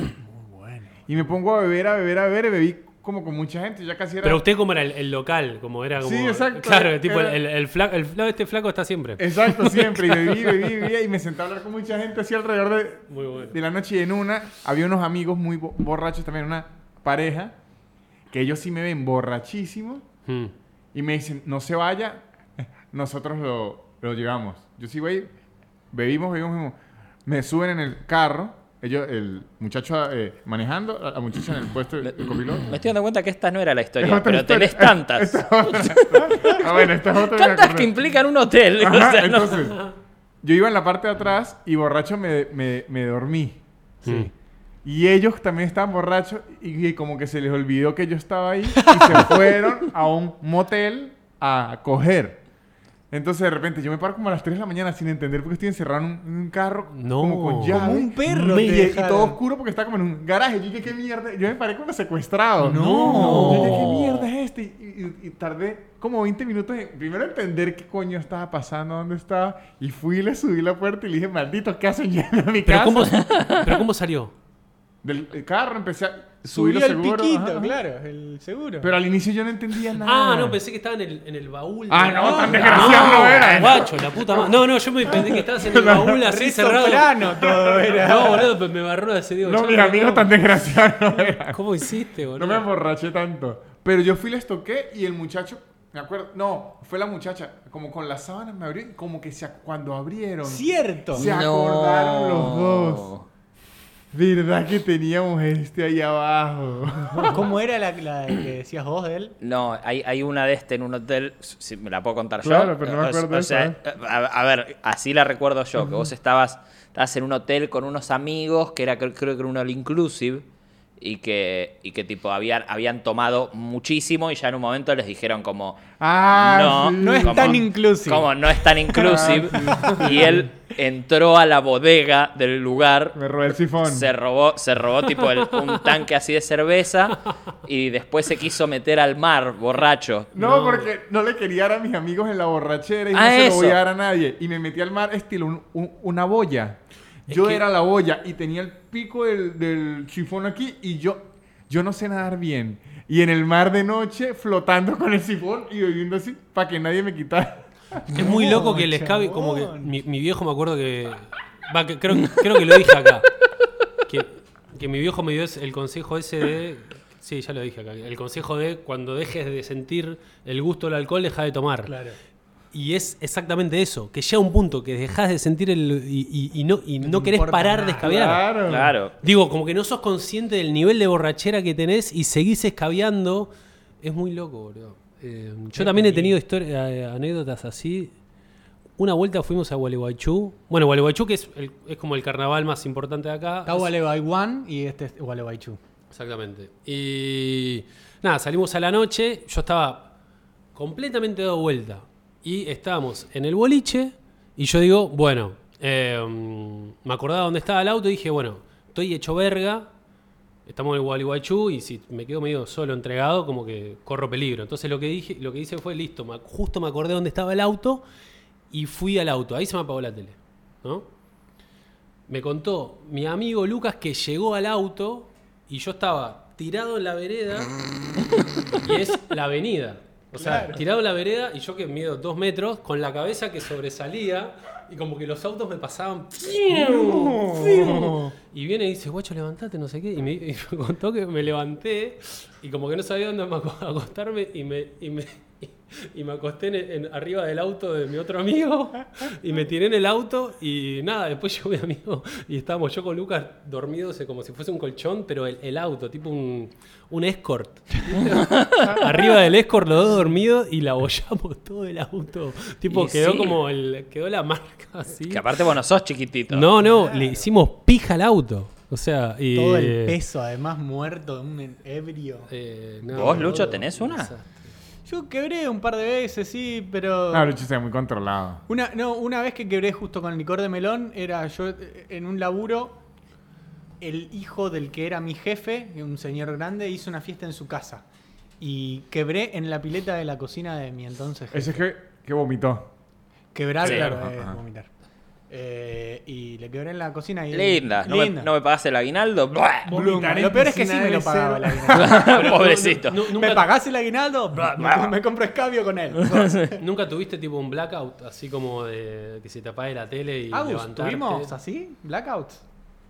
Y me pongo a beber, a beber, a beber, y bebí como con mucha gente. Ya casi era... Pero usted como era el, el local, como era como... Sí, exacto. Claro, tipo, Era- el, el, flaco, el flaco- este flaco está siempre. Exacto, siempre. Y bebí, bebí, bebí. Y me senté a hablar con mucha gente así alrededor de, Muy bueno. de la noche. Y en una había unos amigos muy bo- borrachos también, una pareja, que ellos sí me ven borrachísimo. Hmm. Y me dicen, no se vaya, nosotros lo, lo llevamos. Yo sí, güey, bebimos, bebimos, bebimos. Me suben en el carro, ellos, el muchacho eh, manejando, la la muchacha en el puesto de, de copiloto. Me estoy dando cuenta que esta no era la Es historia, otra pero historia. tenés tantas. Esta es otra. Ah, bueno, esta es otra. me Tantas acordé. que implican un hotel. Ajá, o sea, no- entonces, yo iba en la parte de atrás y borracho me, me, me dormí. Sí. Y ellos también estaban borrachos y, y como que se les olvidó que yo estaba ahí y se fueron a un motel a coger. Entonces de repente yo me paro como a las tres de la mañana sin entender por qué estoy encerrado en un, en un carro No. como con llave. Como un perro Me- te y, y dejaron. todo oscuro porque estaba como en un garaje. Yo dije, ¿qué mierda? Yo me paré como secuestrado. No. Yo dije, ¿qué mierda es este? Y, y- y tardé como veinte minutos en primero entender qué coño estaba pasando, dónde estaba. Y fui y le subí la puerta y le dije, malditos, ¿qué hacen yendo a mi Pero casa? ¿cómo, pero ¿cómo salió? del el carro, empecé a subir Subió los el seguros. piquito, ajá, ajá. claro, el seguro. Pero al inicio yo no entendía nada. Ah, no, pensé que estaba en el, en el baúl. Ah, no, tan no, desgraciado no era. guacho, la puta madre. No, no, yo me pensé que estabas en el baúl así Re cerrado. soprano todo era. No, boludo, pues me barró ese digo. No, chao, mis amigos tan desgraciados no eran. ¿Cómo hiciste, boludo? No me emborraché tanto. Pero yo fui, les toqué y el muchacho, me acuerdo, no, fue la muchacha, como con las sábanas me abrió, y como que se, ac- cuando abrieron, Cierto. se acordaron los dos. ¿Verdad que teníamos este ahí abajo? ¿Cómo era la, la que decías vos de él? No, hay, hay una de este en un hotel, si me la puedo contar yo. Claro, pero no me O- acuerdo o de sea, esa, a, a ver, así la recuerdo yo, que vos estabas, estabas en un hotel con unos amigos, que era creo, creo que era un all inclusive, y que, y que tipo habían, habían tomado muchísimo y ya en un momento les dijeron como... Ah, no, sí. No es como- tan inclusive. Como no es tan inclusive. Ah, Y él entró a la bodega del lugar. Me robé el sifón. Se robó, se robó tipo el- un tanque así de cerveza y después se quiso meter al mar, borracho. No, No. porque no le quería dar a mis amigos en la borrachera y Ah, no se eso. lo voy a dar a nadie. Y me metí al mar estilo un- un- una boya. Es Yo que- era la boya y tenía el pico del, del sifón aquí y yo, yo no sé nadar bien. Y en el mar de noche flotando con el sifón y bebiendo así para que nadie me quitara. Es muy No, loco que el escabe, como que chabón. mi, mi viejo me acuerdo que. Va, que creo, creo que lo dije acá. Que, que mi viejo me dio ese- el consejo ese de. Sí, ya lo dije acá. El consejo de cuando dejes de sentir el gusto del alcohol, deja de tomar. Claro. Y es exactamente eso, que llega un punto que dejas de sentir el. y, y- y no, y no te querés importa parar de nada. escabear. Claro. Claro. Digo, como que no sos consciente del nivel de borrachera que tenés y seguís escabeando. Es muy loco, boludo. Eh, yo también he tenido historia- eh, anécdotas así. Una vuelta fuimos a Gualeguaychú. Bueno, Gualeguaychú que es, el- es como el carnaval más importante de acá. Está Gualeguaychú y este es Gualeguaychú. Exactamente. Y nada, salimos a la noche. Yo estaba completamente dado vuelta. Y estábamos en el boliche. Y yo digo, bueno, eh, me acordaba dónde estaba el auto. Y dije, bueno, estoy hecho verga. Estamos en el Gualeguaychú. Y si me quedo medio solo entregado, como que corro peligro. Entonces lo que dije, lo que hice fue, listo, me- justo me acordé dónde estaba el auto. Y fui al auto. Ahí se me apagó la tele, ¿no? Me contó mi amigo Lucas que llegó al auto y yo estaba tirado en la vereda y es la avenida. O sea, Claro. tirado en la vereda y yo que mido dos metros con la cabeza que sobresalía y como que los autos me pasaban. Y viene y dice, guacho, levantate, no sé qué. Y me, y me contó que me levanté y como que no sabía dónde me aco- acostarme y me, y me, y me acosté en, en- arriba del auto de mi otro amigo y me tiré en el auto y nada, después llegó mi amigo y estábamos yo con Lucas dormidos como si fuese un colchón, pero el, el auto, tipo un, un escort. Arriba del escort los dos dormidos y la abollamos todo el auto. Tipo, Y quedó sí. como el, quedó la marca así. Que aparte vos no sos chiquitito. No, no, le hicimos pija al auto. O sea, y, Todo el peso, además muerto de un ebrio. eh, no, ¿Vos, Lucho, boludo, tenés un una? desastre. Yo quebré un par de veces, sí, pero. No, Lucho está muy controlado. Una, no, una vez que quebré justo con el licor de melón, era yo eh, en un laburo, el hijo del que era mi jefe, un señor grande, hizo una fiesta en su casa. Y quebré en la pileta de la cocina de mi entonces jefe. Ese es que, que vomitó. Quebrar, Sí. claro, Ajá, es ajá. vomitar. Eh, y le quebré en la cocina y... Linda. ¿No, Me, Linda. no me pagás el aguinaldo? Buah. Blum. Vomitar en Lo peor es que sí piscina me lo debe pagaba ser- el aguinaldo. Pobrecito. Nu- nunca, ¿Me pagás el aguinaldo? me, me compro escabio con él. ¿Nunca tuviste tipo un blackout? Así como de que se te apague la tele y Agus, levantarte. ¿tuvimos así? ¿Blackouts?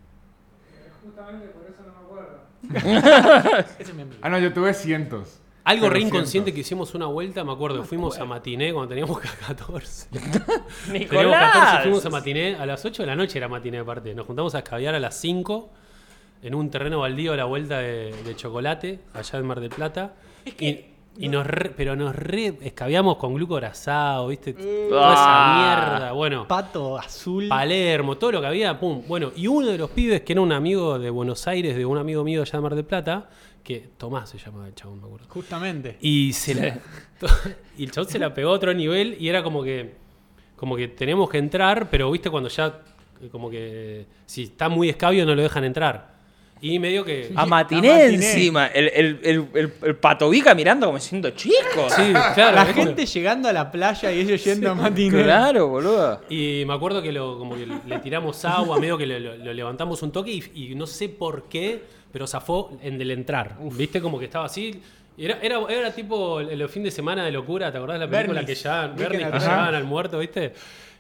Justamente por eso no me acuerdo. Ese es mi amigo. Ah, no, yo tuve cientos. Algo Pero re inconsciente cientos. que hicimos una vuelta, me acuerdo. Fuimos a matiné cuando teníamos catorce. Teníamos Nicolás. catorce, fuimos a matiné. A las ocho de la noche era matiné aparte. Nos juntamos a escabear a las cinco en un terreno baldío a la vuelta de, de Chocolate, allá en Mar del Plata. y, y nos re- pero nos re escabeamos con glucorazado, ¿viste? Toda Ah. esa mierda. Bueno, Pato azul. Palermo, todo lo que había, pum. Bueno, y uno de los pibes que era un amigo de Buenos Aires, de un amigo mío allá de Mar del Plata, que Tomás se llamaba el chabón, me acuerdo. Justamente. Y se la, y el chabón se la pegó a otro nivel y era como que como que tenemos que entrar, pero viste cuando ya eh, como que si está muy escabio no lo dejan entrar. Y medio que... A matiné, A matiné. encima. El, el, el, el, el patovica mirando como siendo chicos. Sí, claro. La ¿viste? gente llegando a la playa y ellos yendo a matiné. Claro, boludo. Y me acuerdo que, lo, como que le tiramos agua, medio que lo, lo- lo levantamos un toque y, y no sé por qué, pero zafó en del entrar. ¿Viste? Como que estaba así. Era, era, era tipo el, el fin de semana de locura, ¿te acordás de la película Bernis. que ya Weekend Bernie, at que Bernie's. llevaban al muerto, ¿viste?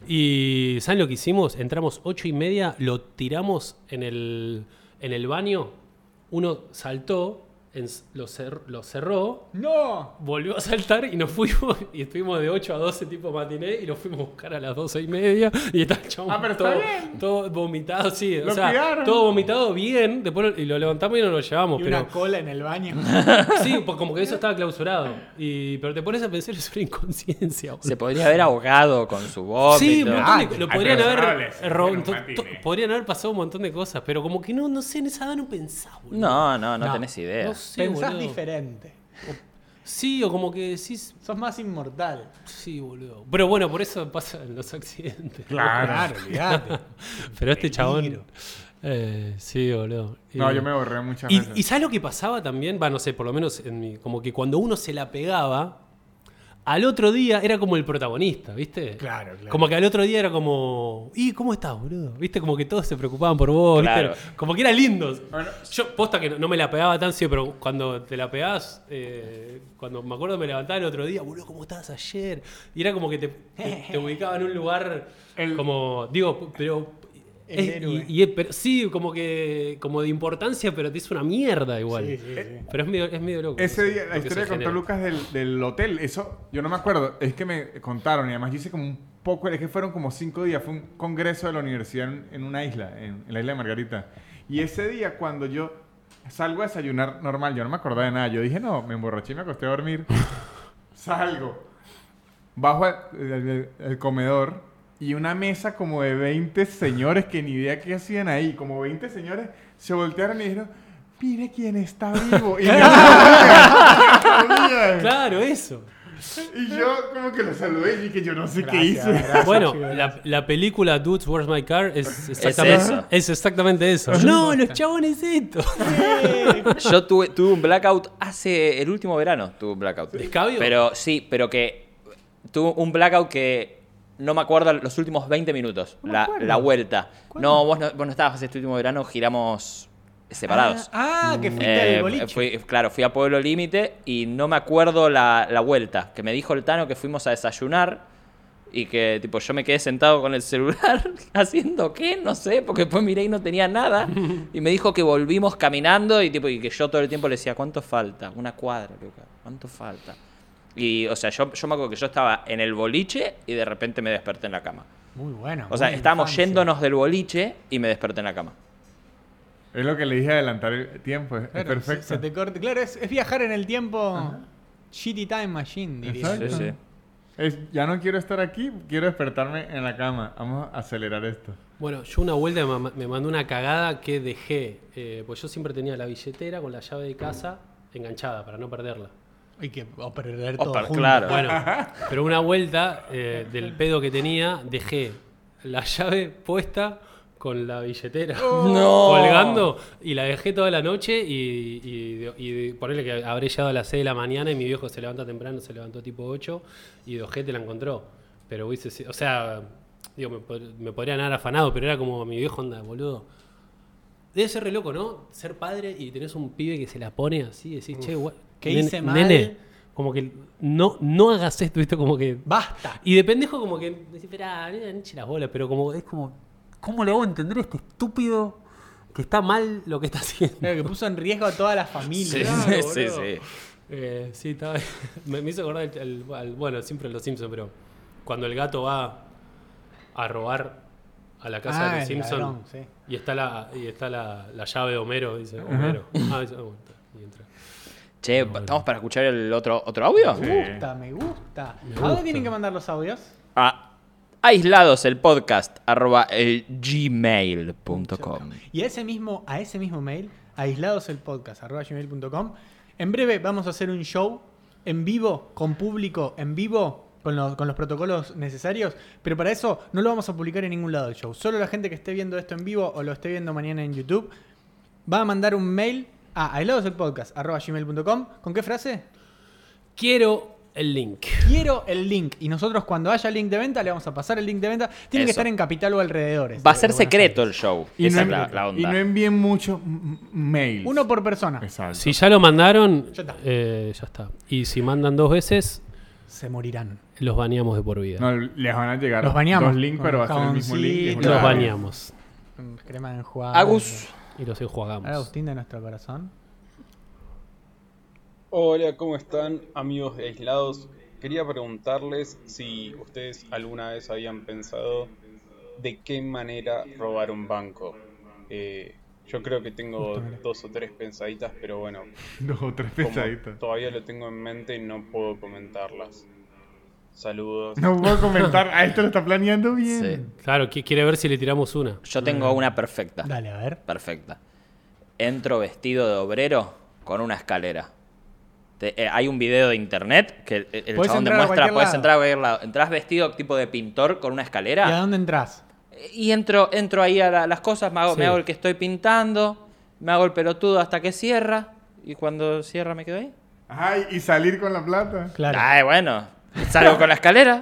Y ¿saben lo que hicimos? Entramos ocho y media, lo tiramos en el, en el baño, uno saltó, en- lo, cer- lo cerró, ¡No! volvió a saltar y nos fuimos y estuvimos de ocho a doce tipo matiné y nos fuimos a buscar a las doce y media y estaba el chabón Ah, pero todo, está bien. todo vomitado, sí, Lo o sea, cuidaron. todo vomitado bien, después lo- y lo levantamos y nos lo llevamos, Y pero una cola en el baño. sí, pues como que eso estaba clausurado. Y, pero te pones a pensar, es una inconsciencia, boludo. Se podría haber ahogado con su vómito. Sí, un montón de- Ah, lo ay, podrían pero haber adolescente, ro- no to- matiné. to- podrían haber pasado un montón de cosas, pero como que no, no sé, en esa edad no pensaba, boludo. No, no, no, No. tenés idea. No sé, Pensás boludo. diferente. Sí, o como que decís, Sos más inmortal. sí, boludo. Pero bueno, por eso pasan los accidentes. Claro. olvídate. Pero este chabón. Peligro. Eh, sí, boludo. No, Y- yo me borré muchas Y, veces. y ¿sabes lo que pasaba también? Va, no sé, por lo menos en mi. Como que cuando uno se la pegaba, al otro día era como el protagonista, ¿viste? Claro, claro. Como que al otro día era como. ¿Y cómo estás, boludo? ¿Viste? Como que todos se preocupaban por vos, Claro. ¿viste? Como que era lindo. Bueno. Yo, posta que no, no me la pegaba tan, sí, pero cuando te la pegás, eh, cuando me acuerdo me levantaba el otro día, boludo, ¿cómo estabas ayer? Y era como que te, te, te ubicaba en un lugar El- como. Digo, pero. El es- héroe. y, y es- pero, sí, como que como de importancia, pero te hizo una mierda igual. Sí, sí, sí. Pero es medio, es medio loco. Ese eso, día, lo la que historia se que contó genera. Lucas del, del hotel, eso yo no me acuerdo, es que me contaron y además yo hice como un poco, es que fueron como cinco días, fue un congreso de la universidad en, en una isla, en, en la isla de Margarita. Y ese día cuando yo salgo a desayunar normal, yo no me acordaba de nada, yo dije, no, me emborraché y me acosté a dormir, salgo, bajo al el, el comedor y una mesa como de veinte señores que ni idea qué hacían ahí, como veinte señores se voltearon y dijeron, mire quién está vivo. Y yo, Claro, eso. y yo como que lo saludé y dije, yo no sé qué Gracias, hice. gracias, Bueno, chicos, la, la película Dudes, Where's My Car es exactamente eso. es exactamente eso. No, los chabones esto. Yo tuve, tuve un blackout hace el último verano. Tuve un blackout. ¿Escabio? Pero sí, pero que tuve un blackout que no me acuerdo los últimos veinte minutos. No me la, acuerdo. la vuelta. ¿Cuándo? No vos, no, vos no estabas este último verano, giramos separados. Ah, ah, que fuiste Eh, al boliche. fui- claro, fui a Pueblo Límite y no me acuerdo la, la vuelta. Que me dijo el Tano que fuimos a desayunar y que tipo yo me quedé sentado con el celular haciendo qué, no sé, porque después miré y no tenía nada. Y me dijo que volvimos caminando y tipo y que yo todo el tiempo le decía, ¿cuánto falta? Una cuadra, Luca, ¿cuánto falta? Y o sea, yo, yo me acuerdo que yo estaba en el boliche y de repente me desperté en la cama. Muy bueno. O sea, muy estábamos infancia. yéndonos del boliche y me desperté en la cama. Es lo que le dije, adelantar el tiempo, es, es Claro, perfecto. Se, se te corta. Claro, es, es viajar en el tiempo. Shitty Time Machine, diría. Exacto. Sí, sí. Es, ya no quiero estar aquí, quiero despertarme en la cama. Vamos a acelerar esto. Bueno, yo una vuelta me, ma- me mandó una cagada que dejé. Eh, pues yo siempre tenía la billetera con la llave de casa enganchada para no perderla. Y que o perder O todo per- junto. claro. Bueno, pero una vuelta eh, del pedo que tenía, dejé la llave puesta con la billetera No. colgando y la dejé toda la noche y, y, y ponerle que habré llegado a las seis de la mañana y mi viejo se levanta temprano, se levantó tipo ocho y de ojete la encontró. Pero hubiese sido- o sea, digo, me, pod- me podrían haber afanado, pero era como mi viejo onda, boludo. Debe ser re loco, ¿no? Ser padre y tenés un pibe que se la pone así y decís, che, gua- ¿qué nene- hice mal? Nene, como que no, no hagas esto, ¿viste? Como que. Basta. Y de pendejo, como que decís, esperá, no eche las bolas, pero como es como, ¿cómo le hago entender a este estúpido que está mal lo que está haciendo? Claro, que puso en riesgo a toda la familia. Sí, Claro, sí, boludo. sí. Eh, sí, estaba. me, me hizo acordar el, el- al- bueno, siempre los Simpsons, pero cuando el gato va a robar a la casa Ah, de el Simpson ladrón, sí. y está la y está la, la llave de Homero, dice Homero. Ah, dice, ah, bueno, está, y entra. Che, ¿estamos para escuchar el otro, otro audio? Me gusta, me gusta. Me ¿A dónde gusta. tienen que mandar los audios? A aislados el podcast arroba el gmail punto com. Y a ese mismo, a ese mismo mail, aisladoselpodcast arroba gmail punto com. En breve vamos a hacer un show en vivo, con público, en vivo, con los, con los protocolos necesarios. Pero para eso no lo vamos a publicar en ningún lado del show. Solo la gente que esté viendo esto en vivo o lo esté viendo mañana en YouTube va a mandar un mail a aisladoselpodcast arroba gmail punto com. ¿Con qué frase? Quiero el link. Quiero el link. Y nosotros cuando haya link de venta, le vamos a pasar el link de venta. Tiene que Eso. estar en Capital o alrededores. Va a de- ser de Buenos secreto Aires. el show. Y Esa no, es la, la y onda. no envíen muchos m- mails. Uno por persona. Exacto. Si ya lo mandaron, Ya está. eh, ya está. Y si mandan dos veces, Se morirán. los baneamos de por vida. No, les van a llegar Los bañamos. dos links, pero va a ser el mismo link. y es Jaboncito. los una- baneamos. Con crema de enjuague. Agus. Y los enjuagamos. Agustín de nuestro corazón. Hola, ¿cómo están, amigos de Aislados? Quería preguntarles si ustedes alguna vez habían pensado de qué manera robar un banco. Eh, yo creo que tengo Justo, mira. dos o tres pensaditas, pero bueno, Dos o tres como pesaditas. todavía lo tengo en mente y no puedo comentarlas. Saludos. No puedo comentar. A esto lo está planeando bien. Sí. Claro, qui- quiere ver si le tiramos una. Yo tengo una perfecta. Dale, a ver. Perfecta. Entro vestido de obrero con una escalera. Te- eh, hay un video de internet que el, el Podés chabón entrar a demuestra, cualquier puedes lado. entrar a cualquier lado. Entrás vestido tipo de pintor con una ¿Y a escalera dónde entras? y entro, entro ahí a la- las cosas, me hago, Sí. me hago el que estoy pintando, me hago el pelotudo hasta que cierra y cuando cierra me quedo ahí. Ay, y salir con la plata. Claro. Ay, bueno, salgo con la escalera.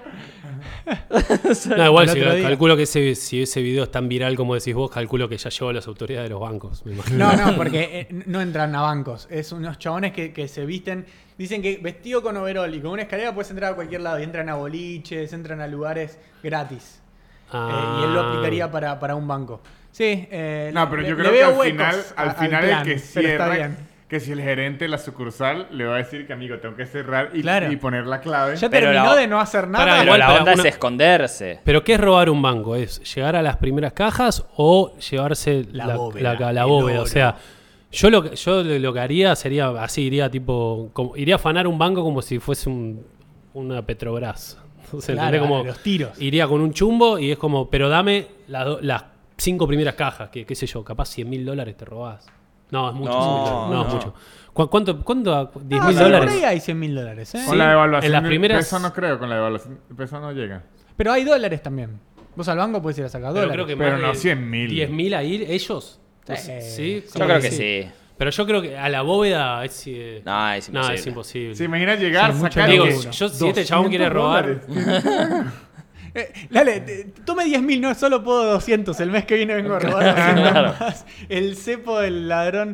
No, igual, Al si otro día. calculo que ese, si ese video es tan viral como decís vos, calculo que ya llegó a las autoridades de los bancos. Me imagino. No, no, porque eh, no entran a bancos. Es unos chabones que, que se visten. Dicen que vestido con overol y con una escalera puedes entrar a cualquier lado. Y entran a boliches, entran a lugares gratis. Ah. Eh, y él lo aplicaría para, para un banco. Sí. eh, No, pero le- yo le creo que veo al huecos final, al a- final plan, el que pero está cierra, bien. que si el gerente de la sucursal le va a decir que, amigo, tengo que cerrar y, Claro. y poner la clave. Ya Pero terminó la- de no hacer nada. Pará, Pero igual, la para onda una- es esconderse. ¿Pero qué es robar un banco? ¿Es llegar a las primeras cajas o llevarse La la, bóveda, la- la el bóveda? oro. O sea, yo lo, que- yo lo que haría sería así, iría tipo, como- iría a afanar un banco como si fuese un, una Petrobras. O sea, Claro, ¿entendés? Como los tiros. iría con un chumbo y es como, pero dame las do- las cinco primeras cajas, que qué sé yo, capaz cien mil dólares te robás. No, es mucho. No, cien mil dólares. no, es no. mucho. ¿Cu- ¿Cuánto? ¿Cuánto? ¿diez No, mil sí, por dólares? ahí hay cien mil dólares. ¿eh? Con Sí, la devaluación en las del primeras- peso no creo, con la devaluación del peso no llega. Pero hay dólares también. Vos al banco puedes ir a sacar Pero dólares. creo que Pero más no de cien mil. diez mil a ir ellos. Sí. Sí, Yo como creo que sí. Pero yo creo que a la bóveda es. eh, No, es no, imposible. es imposible. ¿Se imagina llegar, Sí, mucho sacar Digo, que laburo. yo si este chabón quiere robar. doscientos dólares. Eh, dale, te- tome diez mil, no, solo puedo doscientos. El mes que viene vengo a robar doscientos Claro. más. El cepo del ladrón.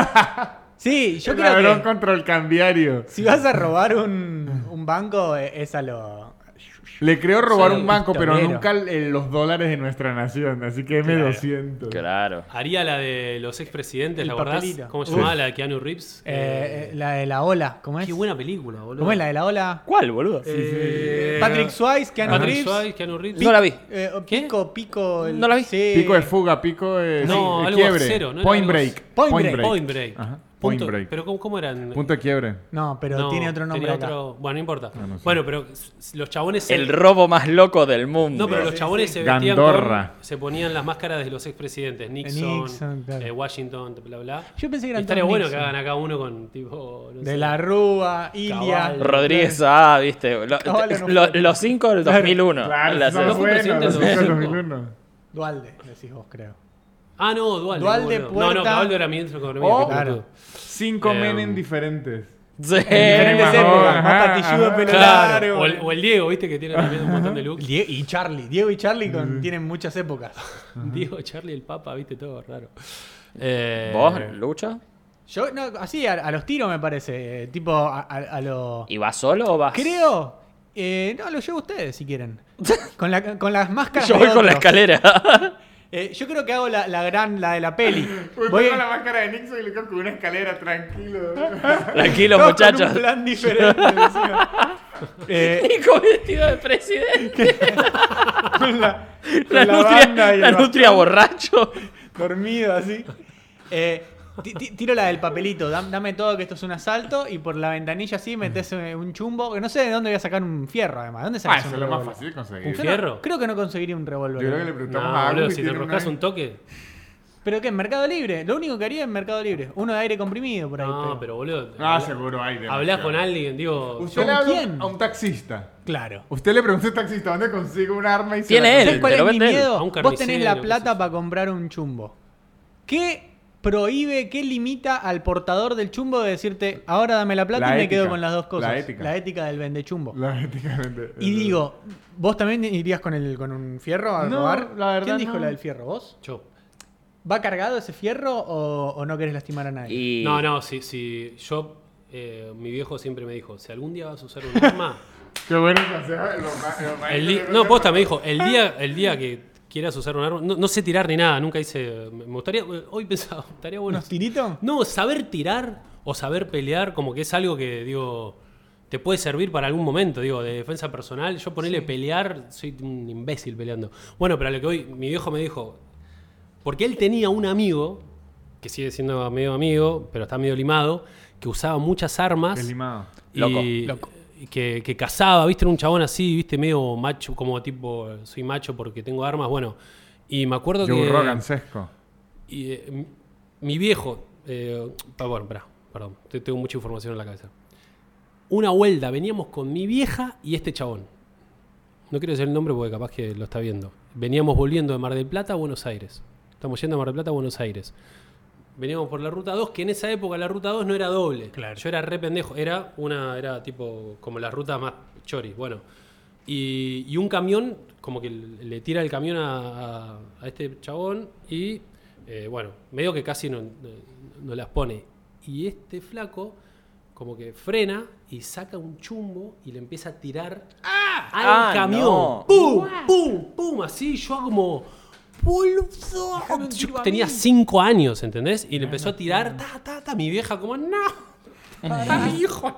Sí, yo El creo ladrón que contra el cambiario. si vas a robar un, un banco, eh, es a lo... Le creo robar Sí, un banco, pero pistolero. nunca el- los dólares de nuestra nación. Así que M doscientos. Claro. Haría la de los expresidentes, El ¿la acordás? papelito. ¿Cómo se Uf. llamaba la de Keanu Reeves? eh, eh, la de la ola, ¿cómo es? Qué buena película, boludo. ¿Cómo es la de la ola? ¿Cuál, boludo? Eh, Patrick Swayze, Keanu Patrick Reeves. Swayze, Keanu Reeves. No la vi. Eh, ¿Qué? Pico, pico. el- No la vi. sí. Pico de fuga, pico de, No, sí, de algo quiebre. cero, ¿no? Point Algo- break. Point break. Point Break. Ajá. Point Punto- break. Pero ¿cómo, cómo eran? Punto de quiebre. No, pero No, tiene otro nombre tenía acá. otro- Bueno, no importa. No, no sé. Bueno, pero s- los chabones... se- El robo más loco del mundo. No, pero los chabones se sí. vestían Gandorra. con... Se ponían las máscaras de los expresidentes. Nixon, Nixon, claro. eh, Washington, bla, bla. Yo pensé que Y eran estaría todos bueno Nixon. que hagan acá uno con tipo... no De sé. la Rúa, Ilia. Cabal. Rodríguez, ah, viste. Lo- Caballo no lo- fue. los cinco del dos mil uno. Claro, La- son no fue buenos. presidente Los en cinco del dos dos mil mil uno. Dualde, decís vos, creo. Ah, no, Dualde. Dualde, no, boludo. No, no, Puerta. Cabaldo era ministro de Economía. Oh, qué claro. pelotudo. Cinco Eh, Menem diferentes. Sí. Diferentes Ajá, épocas, más ajá, patilludo, ajá. pelo Claro. largo. O el, o el Diego, viste, que tiene también un montón de looks. Die- y Charlie. Diego y Charlie con- tienen muchas épocas. Diego, Charlie, el Papa, viste, todo raro. Eh, ¿Vos, Lucha? Yo, no, así, a, a los tiros me parece. eh, tipo, a, a, a lo. ¿Y vas solo o vas? Creo. Eh, no, lo llevo ustedes si quieren. Con, la, con las máscaras. Yo de voy con la otros. escalera. Eh, yo creo que hago la, la gran, la de la peli. Pues Voy con la máscara de Nixon y le quedo con una escalera, tranquilo. Tranquilos, todos muchachos. Con un plan diferente. encima. Eh, Nico vestido de presidente. con la, con La, la nutria, banda y la el nutria borracho. dormido así. Eh, ti- ti- tiro la del papelito, dam- dame todo que esto es un asalto y por la ventanilla así metes eh, un chumbo, que no sé de dónde voy a sacar un fierro además. ¿Dónde Ah, sacas eso un es lo más revólver? fácil de conseguir. ¿Un Yo fierro? no- creo que no conseguiría un revólver. Yo creo que le No, preguntamos a boludo, Agus y si te tiene enroscas una- un toque. ¿Pero qué? ¿En Mercado Libre? Lo único que haría es en Mercado Libre. Uno de aire comprimido por ahí. No, pero- pero boludo. Ah, habla- seguro hay. Hablás demasiado. con alguien, digo. Usted ¿Con le habla quién? a un taxista. Claro. Usted le pregunta a un taxista dónde consigue un arma y se Tiene la él. ¿Sabes cuál te es lo mi vende él. miedo? A un Vos tenés la carnicero, qué sé plata yo. para comprar un chumbo. ¿Qué prohíbe, qué limita al portador del chumbo de decirte, ahora dame la plata La y me ética. quedo con las dos cosas? La ética. La ética del vendechumbo. La ética de- Y digo, ¿vos también irías con el con un fierro a No, robar? la verdad ¿Quién dijo no. la del fierro? ¿Vos? Yo. ¿Va cargado ese fierro o, o no querés lastimar a nadie? Y... No, no, si, si yo, eh, mi viejo siempre me dijo, si algún día vas a usar un arma, Qué bueno consejo. lo ma- lo ma- el di- no, posta me dijo, el día, el día que quieras usar un arma, no, no sé tirar ni nada, nunca hice, me me gustaría, hoy pensaba, estaría bueno. ¿Unos tiritos? No, saber tirar o saber pelear, como que es algo que, digo, te puede servir para algún momento, digo, de defensa personal. Yo ponerle pelear, soy un imbécil peleando. Bueno, pero a lo que hoy, mi viejo me dijo, porque él tenía un amigo, que sigue siendo medio amigo, pero está medio limado, que usaba muchas armas. El limado. Y Loco. Loco. y Que, que cazaba, viste, era un chabón así, viste, medio macho, como tipo, soy macho porque tengo armas, bueno. Y me acuerdo Joe que... Rogan, sesco. Y, eh, mi, mi viejo, eh, ah, bueno, espera, perdón, te- tengo mucha información en la cabeza. Una vuelta, veníamos con mi vieja y este chabón. No quiero decir el nombre porque capaz que lo está viendo. Veníamos volviendo de Mar del Plata a Buenos Aires. Estamos yendo a Mar del Plata a Buenos Aires. Veníamos por la ruta dos, que en esa época la ruta dos no era doble. Claro. Yo era re pendejo. Era una, era tipo como la ruta más choris. Bueno. Y, y un camión, como que le le tira el camión a, a- a este chabón y, eh, bueno, medio que casi no, no- no las pone. Y este flaco, como que frena y saca un chumbo y le empieza a tirar al Ah, camión. no. ¡Pum! ¡Pum! ¡Pum! Así, yo como... ¡Boludo! Yo tenía cinco años, ¿entendés? Y le empezó a tirar, ta, ta, ta, mi vieja como, no, está mi hijo.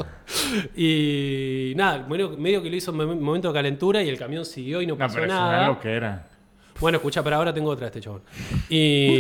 Y nada, bueno, medio que lo hizo en un momento de calentura y el camión siguió y no No, pasó pero eso nada. era lo que era. Bueno, escucha, pero ahora tengo otra de este chabón. Y,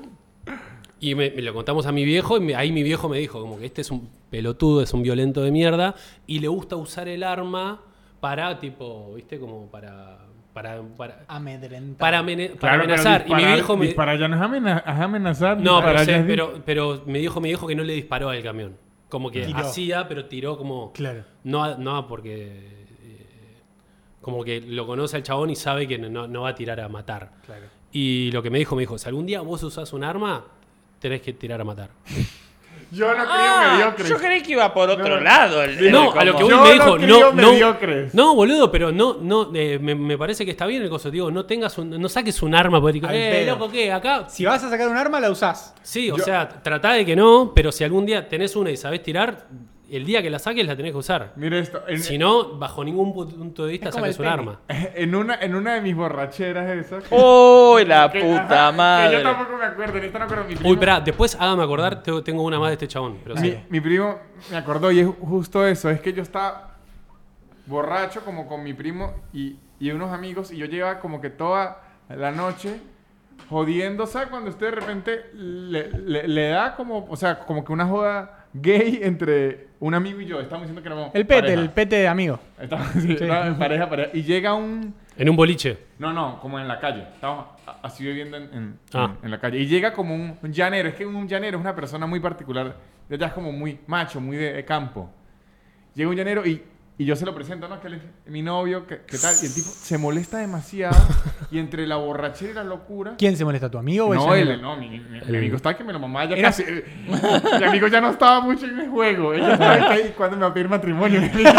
y me, me lo contamos a mi viejo y me- ahí mi viejo me dijo como que este es un pelotudo, es un violento de mierda y le gusta usar el arma para, tipo, ¿viste? Como para... Para, para, Amedrentar. para, amene- para Claro, pero amenazar. Y mi disparar- viejo me... disparar ya no es, amena- es amenazar. No, pero, disparar sé, ya es- pero, pero me dijo me dijo que no le disparó al camión. Como que Tiró. hacía, pero tiró como... Claro. No, no porque... eh, como que lo conoce al chabón y sabe que no, no va a tirar a matar. Claro. Y lo que me dijo, me dijo, si algún día vos usás un arma, tenés que tirar a matar. Yo no creo Ah, mediocres. yo creí que iba por otro No. lado. el- No, el a lo que como- hoy Yo me dijo, no no, creo no, mediocres. no, boludo, pero no, no, eh, me, me parece que está bien el coso, digo, no tengas un, no saques un arma, porque digo, Al eh, pedo. loco, ¿qué? Acá, Si vas a sacar un arma, la usás. sí, o Yo- sea, tratá de que no, pero si algún día tenés una y sabés tirar, el día que la saques la tenés que usar. Mire esto. En, Si no, bajo ningún pu- punto de vista Es como saques el un pene. arma. en, una, en una de mis borracheras esas. ¡Uy, la que- puta ajá, que madre! yo tampoco me acuerdo. En esta no acuerdo. Mi primo, Uy, esperá, después hágame acordar, tengo, tengo una más de este chabón. Pero mi, sí. mi primo me acordó y es justo eso. Es que yo estaba borracho como con mi primo y, y unos amigos y yo llevaba como que toda la noche jodiendo. ¿Sabes? Cuando usted de repente le, le- le da como, o sea, como que una joda gay entre un amigo y yo. Estamos diciendo que éramos El pete, pareja. el pete de amigo. Estamos sí, Sí. no, en pareja, pareja. Y llega un... En un boliche. No, no, como en la calle. Estábamos a- así viviendo en, en- Ah. en- en la calle. Y llega como un, un llanero. Es que un llanero es una persona muy particular. Ella es como muy macho, muy de, de campo. Llega un llanero y, y yo se lo presento, ¿no? Que él es mi novio, que, que tal. Y el tipo se molesta demasiado. Y entre la borrachera y la locura... ¿Quién se molesta? ¿Tu amigo o el No, llanero? él, no, mi, mi- mi amigo estaba que me lo mamaba ya Era- casi. Mi amigo ya no estaba mucho en el juego. Ella estaba ahí cuando me va a pedir matrimonio.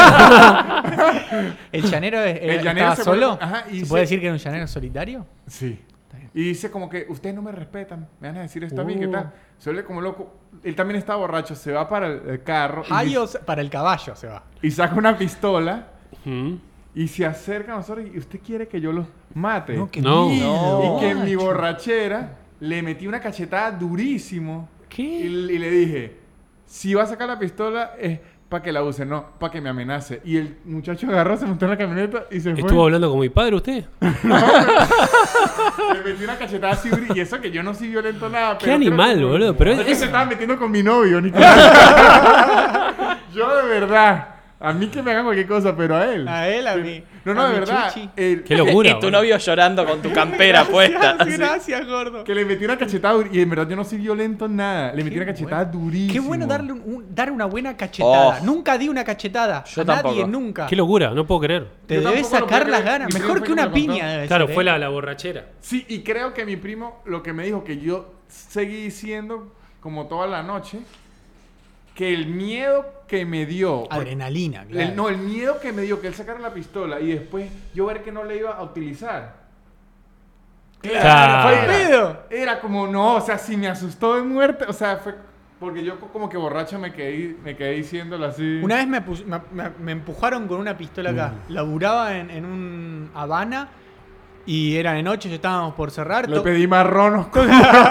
¿El llanero es- El eh, llanero estaba se solo? pone- ajá, y ¿Se se- puede decir que era un llanero solitario? Sí. Y dice como que ustedes no me respetan, me van a decir esto a mí, ¿qué Uh. tal? Suele como loco. Él también está borracho, se va para el, el carro y, Ay, o sea, para el caballo se va. y saca una pistola ¿Mm? y se acerca a nosotros y usted quiere que yo los mate. No, qué No. miedo. Y que en mi macho. borrachera le metí una cachetada durísimo. ¿Qué? Y, y le dije, si va a sacar la pistola es para que la use, no para que me amenace. Y el muchacho agarró, se montó en la camioneta y se fue. ¿Estuvo hablando con mi padre usted? Le metí una cachetada así durísima. Y eso que yo no soy violento nada. Qué pero creo animal, que- boludo. Pero Es es, que es- se estaba metiendo con mi novio, ni Yo de verdad, a mí que me hagan cualquier cosa, pero a él. A él, a mí. No, no, a de mi verdad. chuchi. el- Qué locura. Y tu boludo. novio llorando con tu campera puesta. Gracias, gracias, gordo. Que le metí una cachetada dur- y en verdad yo no soy violento en nada. Le metí Qué una cachetada bueno. durísima. Qué bueno darle un- un- dar una buena cachetada. Oh. Nunca di una cachetada. Yo a nadie, tampoco. nunca. Qué locura, no puedo creer. Te Yo debes tampoco lo sacar puedo las creer. ganas. Mi primo Mejor fue que que me una lo contó. piña debe Claro, ser, fue ¿eh? la, la borrachera. Sí, y creo que mi primo lo que me dijo que yo seguí diciendo, como toda la noche, que el miedo que me dio... Adrenalina, claro. El, no, el miedo que me dio que él sacara la pistola y después yo ver que no le iba a utilizar. Claro. Fue Era- pedo. Era como, no, o sea, si me asustó de muerte, o sea, fue porque yo co- como que borracho me quedé, me quedé diciéndolo así. Una vez me, pus- me, me- me empujaron con una pistola acá. Laburaba en, en un Habana y era de noche, ya estábamos por cerrar. Le to- pedí marronos con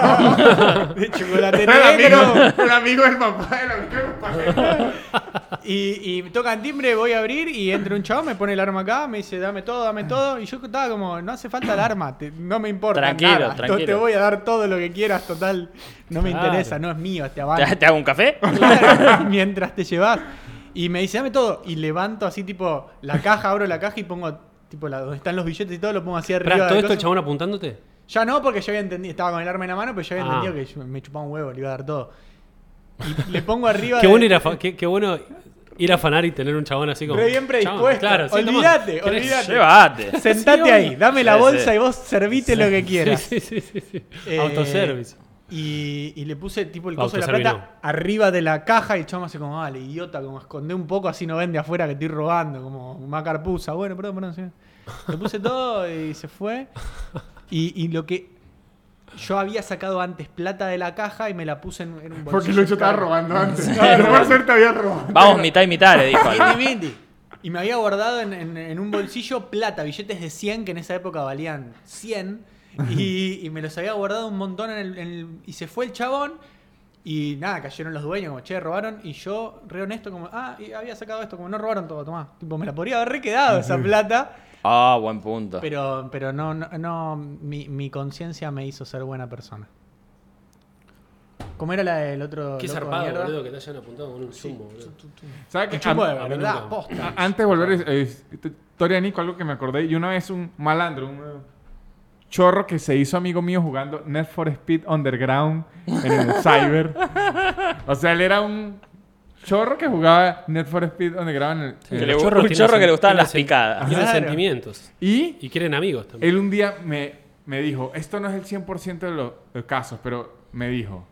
de chocolate el amigo, negro. el amigo del papá, el amigo del papá. Y, y tocan timbre, voy a abrir y entra un chabón, me pone el arma acá, me dice, dame todo, dame todo. Y yo estaba como, no hace falta el arma, te- no me importa Tranquilo, nada. To- tranquilo. Te voy a dar todo lo que quieras, total. No me Claro. interesa, no es mío este Habana. ¿Te, te hago un café? Claro, mientras te llevas. Y me dice, dame todo. Y levanto así, tipo, la caja, abro la caja y pongo, tipo, la, donde están los billetes y todo, lo pongo así arriba. Esperá, ¿todo del esto el coso. chabón apuntándote? Ya no, porque yo había entendido, estaba con el arma en la mano, pero yo había Ah. entendido que yo- me chupaba un huevo, le iba a dar todo. Y le pongo arriba. Qué de- bueno ir a, fa- qué, qué bueno ir a afanar y tener un chabón así como... Re bien predispuesto. Chabón, claro, sí, tomá. Olvídate, ¿Querés? olvídate. Llévate. Sentate Sí, ahí, obvio. dame la Sí, bolsa sí. y vos servite lo que quieras. Sí, sí, sí, sí. Eh, Autoservice. Y, y le puse tipo el coso de la Autoservino. plata arriba de la caja y el chabón hace como, vale, idiota, como escondé un poco así no ven de afuera que estoy robando, como una carpuza. Bueno, perdón, perdón, señor. Le puse todo y se fue. Y, y lo que yo había sacado antes plata de la caja y me la puse en, en un bolsillo. Porque Lucho estaba externo. robando antes. Claro, por suerte había robado. Vamos mitad y mitad, le dijo. Mindi, mindi. Y me había guardado en, en- en un bolsillo plata, billetes de cien, que en esa época valían cien. Y, y me los había guardado un montón en el, en el- Y se fue el chabón. Y nada, cayeron los dueños, como, che, robaron. Y yo, re honesto, como, ah, y había sacado esto, como, no robaron todo, tomá. Tipo, me la podría haber requedado esa plata. Ah, buen punto. Pero, pero no, no, no, mi, mi conciencia me hizo ser buena persona. ¿Cómo era la del otro Qué loco de zarpado, mierda? boludo, que te hayan apuntado con un chumbo, boludo. ¿Sabes Un qué? chumbo de An- a mí verdad, nunca. posta. a- Antes de volver, eh, esta historia de Nico, algo que me acordé. Y una vez un malandro, un eh, chorro que se hizo amigo mío jugando Need for Speed Underground en el Cyber. O sea, él era un chorro que jugaba Need for Speed Underground en el... Sí, en Que el- le- los un tienen chorro que sen- le gustaban tienen las sen- picadas. Tienen Claro. sentimientos. Y Y quieren amigos también. él un día me, me dijo, esto no es el cien por ciento de los de casos, pero me dijo,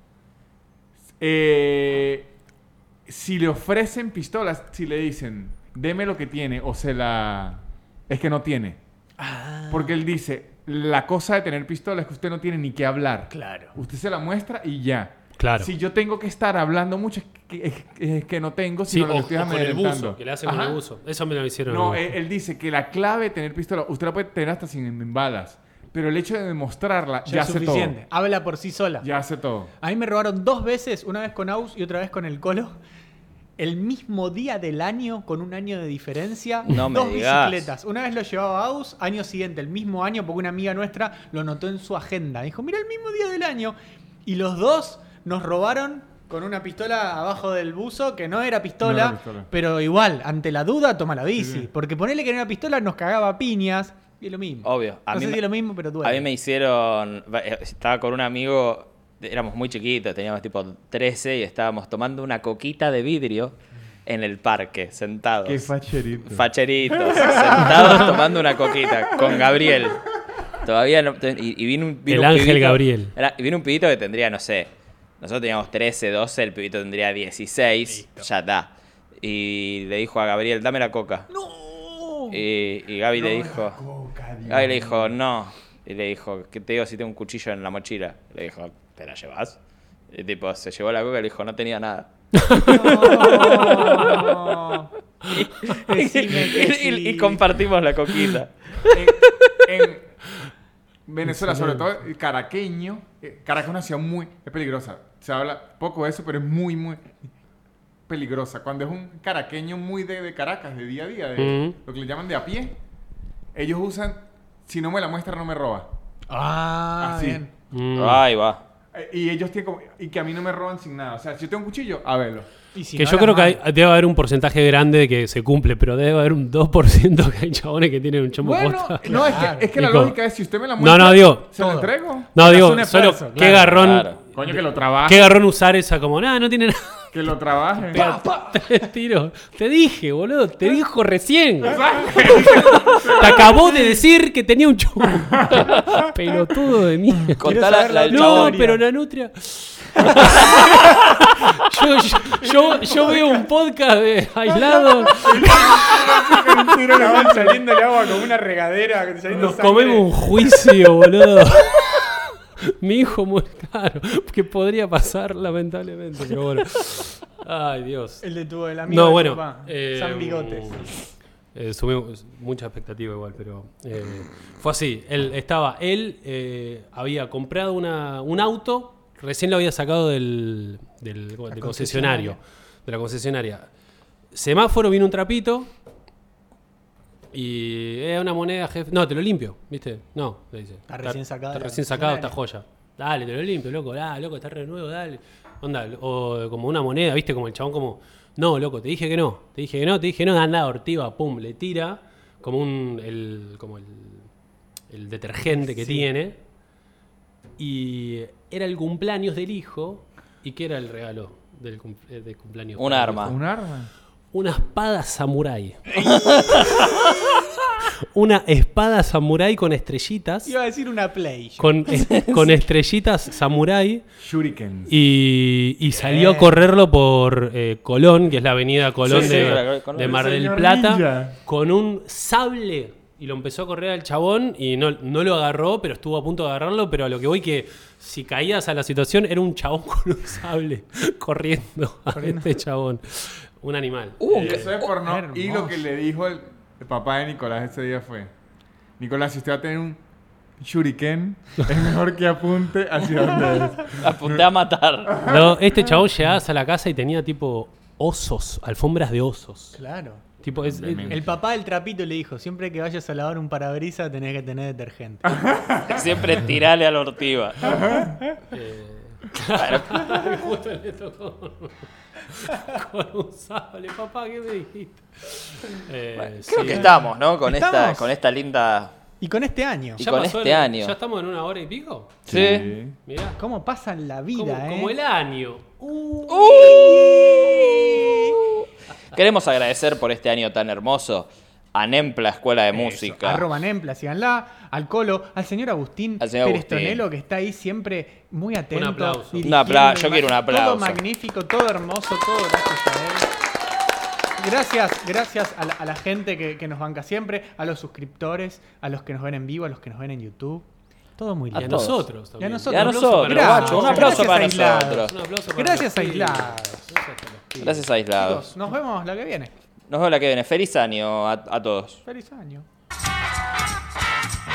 eh, si le ofrecen pistolas, si le dicen, deme lo que tiene, o se la... es que no tiene. Ah, Porque él dice, la cosa de tener pistola es que usted no tiene ni que hablar. claro. Usted se la muestra y ya. Claro. Si yo tengo que estar hablando mucho, es que, es- es que no tengo, Sí, sino o, lo que estoy o con el amedrentando. buzo, que le hacen con el Ajá. buzo. Eso me lo hicieron. No, él, él dice que la clave de tener pistola, usted la puede tener hasta sin balas, pero el hecho de demostrarla ya, Ya es hace suficiente. Habla por sí sola. todo. Ya hace todo. A mí me robaron dos veces, una vez con Aus y otra vez con el Colo. El mismo día del año, con un año de diferencia, No me dos digas. bicicletas. Una vez lo llevaba Aus, año siguiente, el mismo año, porque una amiga nuestra lo notó en su agenda. Dijo, mira, el mismo día del año. Y los dos nos robaron con una pistola abajo del buzo, que no era pistola, No era pistola. pero igual, ante la duda, toma la bici. Sí. Porque ponerle que no era pistola nos cagaba a piñas, y es lo mismo. Obvio. A no mí sé me- si es lo mismo, pero duele. A mí me hicieron. eh, Estaba con un amigo. Éramos muy chiquitos, teníamos tipo trece y estábamos tomando una coquita de vidrio en el parque, sentados. Qué facherito. Facheritos, sentados tomando una coquita con Gabriel. Todavía no. te- Y, y vino un, vino El un ángel pibito- Gabriel. era- y vino un pibito que tendría, no sé. Nosotros teníamos trece, doce, el pibito tendría dieciséis. Ya está. Y le dijo a Gabriel, dame la coca. ¡No! Y, y Gaby le dijo. Gaby le dijo, no. Y le dijo, ¿qué te digo si tengo un cuchillo en la mochila? Le dijo, ¿te la llevas? Y tipo, se llevó la coca y le dijo, no tenía nada. No. Decime que y, sí. y- y compartimos la coquita. En, en Venezuela, sobre todo el caraqueño, eh, Caracas es una ciudad muy es peligrosa. Se habla poco de eso, pero es muy, muy peligrosa. Cuando es un caraqueño muy de, de Caracas, de día a día, de Ujú. lo que le llaman de a pie, ellos usan, si no me la muestra, no me roba. Ah, Así. bien. Mm. Ahí va. Eh, Y ellos tienen como, y que a mí no me roban sin nada. O sea, si yo tengo un cuchillo, a verlo. Y si Que no, yo las creo que hay- manos. debe haber un porcentaje grande de que se cumple, pero debe haber un dos por ciento que hay chabones que tienen un chombo Bueno, posta. no, es Claro. que, es que la Nico. lógica es si usted me la No, muestra, no, digo- se la Todo. entrego. No, Hace digo, un solo esfuerzo, qué claro. garrón. Claro. Coño, que lo trabaja. Qué garrón usar esa como, nada, no tiene nada. Que lo trabajen. Pega tres tiros. Te dije, boludo. Te dijo recién. Te acabó de decir que tenía un chubo. Pelotudo de mierda. Contá la, la del No, chabón. pero la nutria. yo, yo, yo, yo veo un podcast de aislado. Van saliendo el agua como una regadera. saliendo Nos sangre. comemos un juicio, boludo. Mi hijo muy caro. Que podría pasar, lamentablemente. Pero bueno. Ay, Dios. El de tu el amigo No, de bueno. tu papá. eh, San Bigotes. eh, subimos mucha expectativa igual, pero eh, fue así. Él estaba, él eh, había comprado una, un auto, recién lo había sacado del, del, del concesionario, de la concesionaria. Semáforo, vino un trapito y es una moneda, jefe. No, te lo limpio, ¿viste? No, le dice. Está recién sacado Está de la recién sacado esta concesionaria. joya. Dale, te lo limpio, loco. Ah, loco, está re nuevo, dale. Onda, o como una moneda, ¿viste? Como el chabón como, no, loco, te dije que no. Te dije que no, te dije que no, anda, ortiva, pum, le tira como un el como el, el detergente que Sí. tiene. Y era el cumpleaños del hijo. ¿Y qué era el regalo del, cum- eh, del cumpleaños? Un para el arma. hijo? Un arma. Una espada samurái. Una espada samurái con estrellitas. Iba a decir una play. yo. Con, es- con estrellitas samurái. Shurikens. Y, y salió Bien. a correrlo por eh, Colón, que es la avenida Colón Sí, sí, de, la- Colón. de Mar El del señor Plata, ninja. con un sable. Y lo empezó a correr al chabón y no, no lo agarró, pero estuvo a punto de agarrarlo. Pero a lo que voy que si caías a la situación era un chabón con un sable corriendo a este chabón. Un animal. Uh, Eh, que- Eso es por no. hermoso. Y lo que le dijo el, el papá de Nicolás ese día fue: Nicolás, si usted va a tener un shuriken, es mejor que apunte hacia donde es. Apunté a matar. no, este chabón llegabas a la casa y tenía tipo osos, alfombras de osos. Claro. Tipo, es, es- El papá del trapito le dijo, siempre que vayas a lavar un parabrisas tenés que tener detergente. Siempre tirale a la ortiva. eh, Claro. Justo le tocó con un sable. Papá, ¿qué me dijiste? Eh, Creo sí. que estamos, ¿no? Con esta, ¿Estamos? con esta linda. Y con este año. Y ¿Ya con pasó este el- año. ¿Ya estamos en una hora y pico? Sí. Mirá. ¿Cómo pasan la vida, Como, eh? como el año. Uh. Queremos agradecer por este año tan hermoso a Nempla Escuela de Eso, Música. Arroba Nempla, síganla. Al Colo, al señor Agustín Al señor Pérez Agustín. Tonelo, que está ahí siempre muy atento. Un aplauso. dirigiendo Un apla- y yo quiero un aplauso. Todo magnífico, todo hermoso, todo gracias a él. Gracias, gracias a la, a la gente que, que nos banca siempre, a los suscriptores, a los que nos ven en vivo, a los que nos ven en YouTube. Todo muy Y a lindo. todos. nosotros Y a también. nosotros. Y a Un aplauso nosotros, para Gracias. guacho, un nosotros. aplauso para Gracias, aislados. nosotros. Un aplauso para Gracias, los pibes. aislados. Gracias a los pibes. Gracias a Aislados. Chicos, nos vemos la que viene. Nos vemos la que viene. Feliz año a, a todos. Feliz año.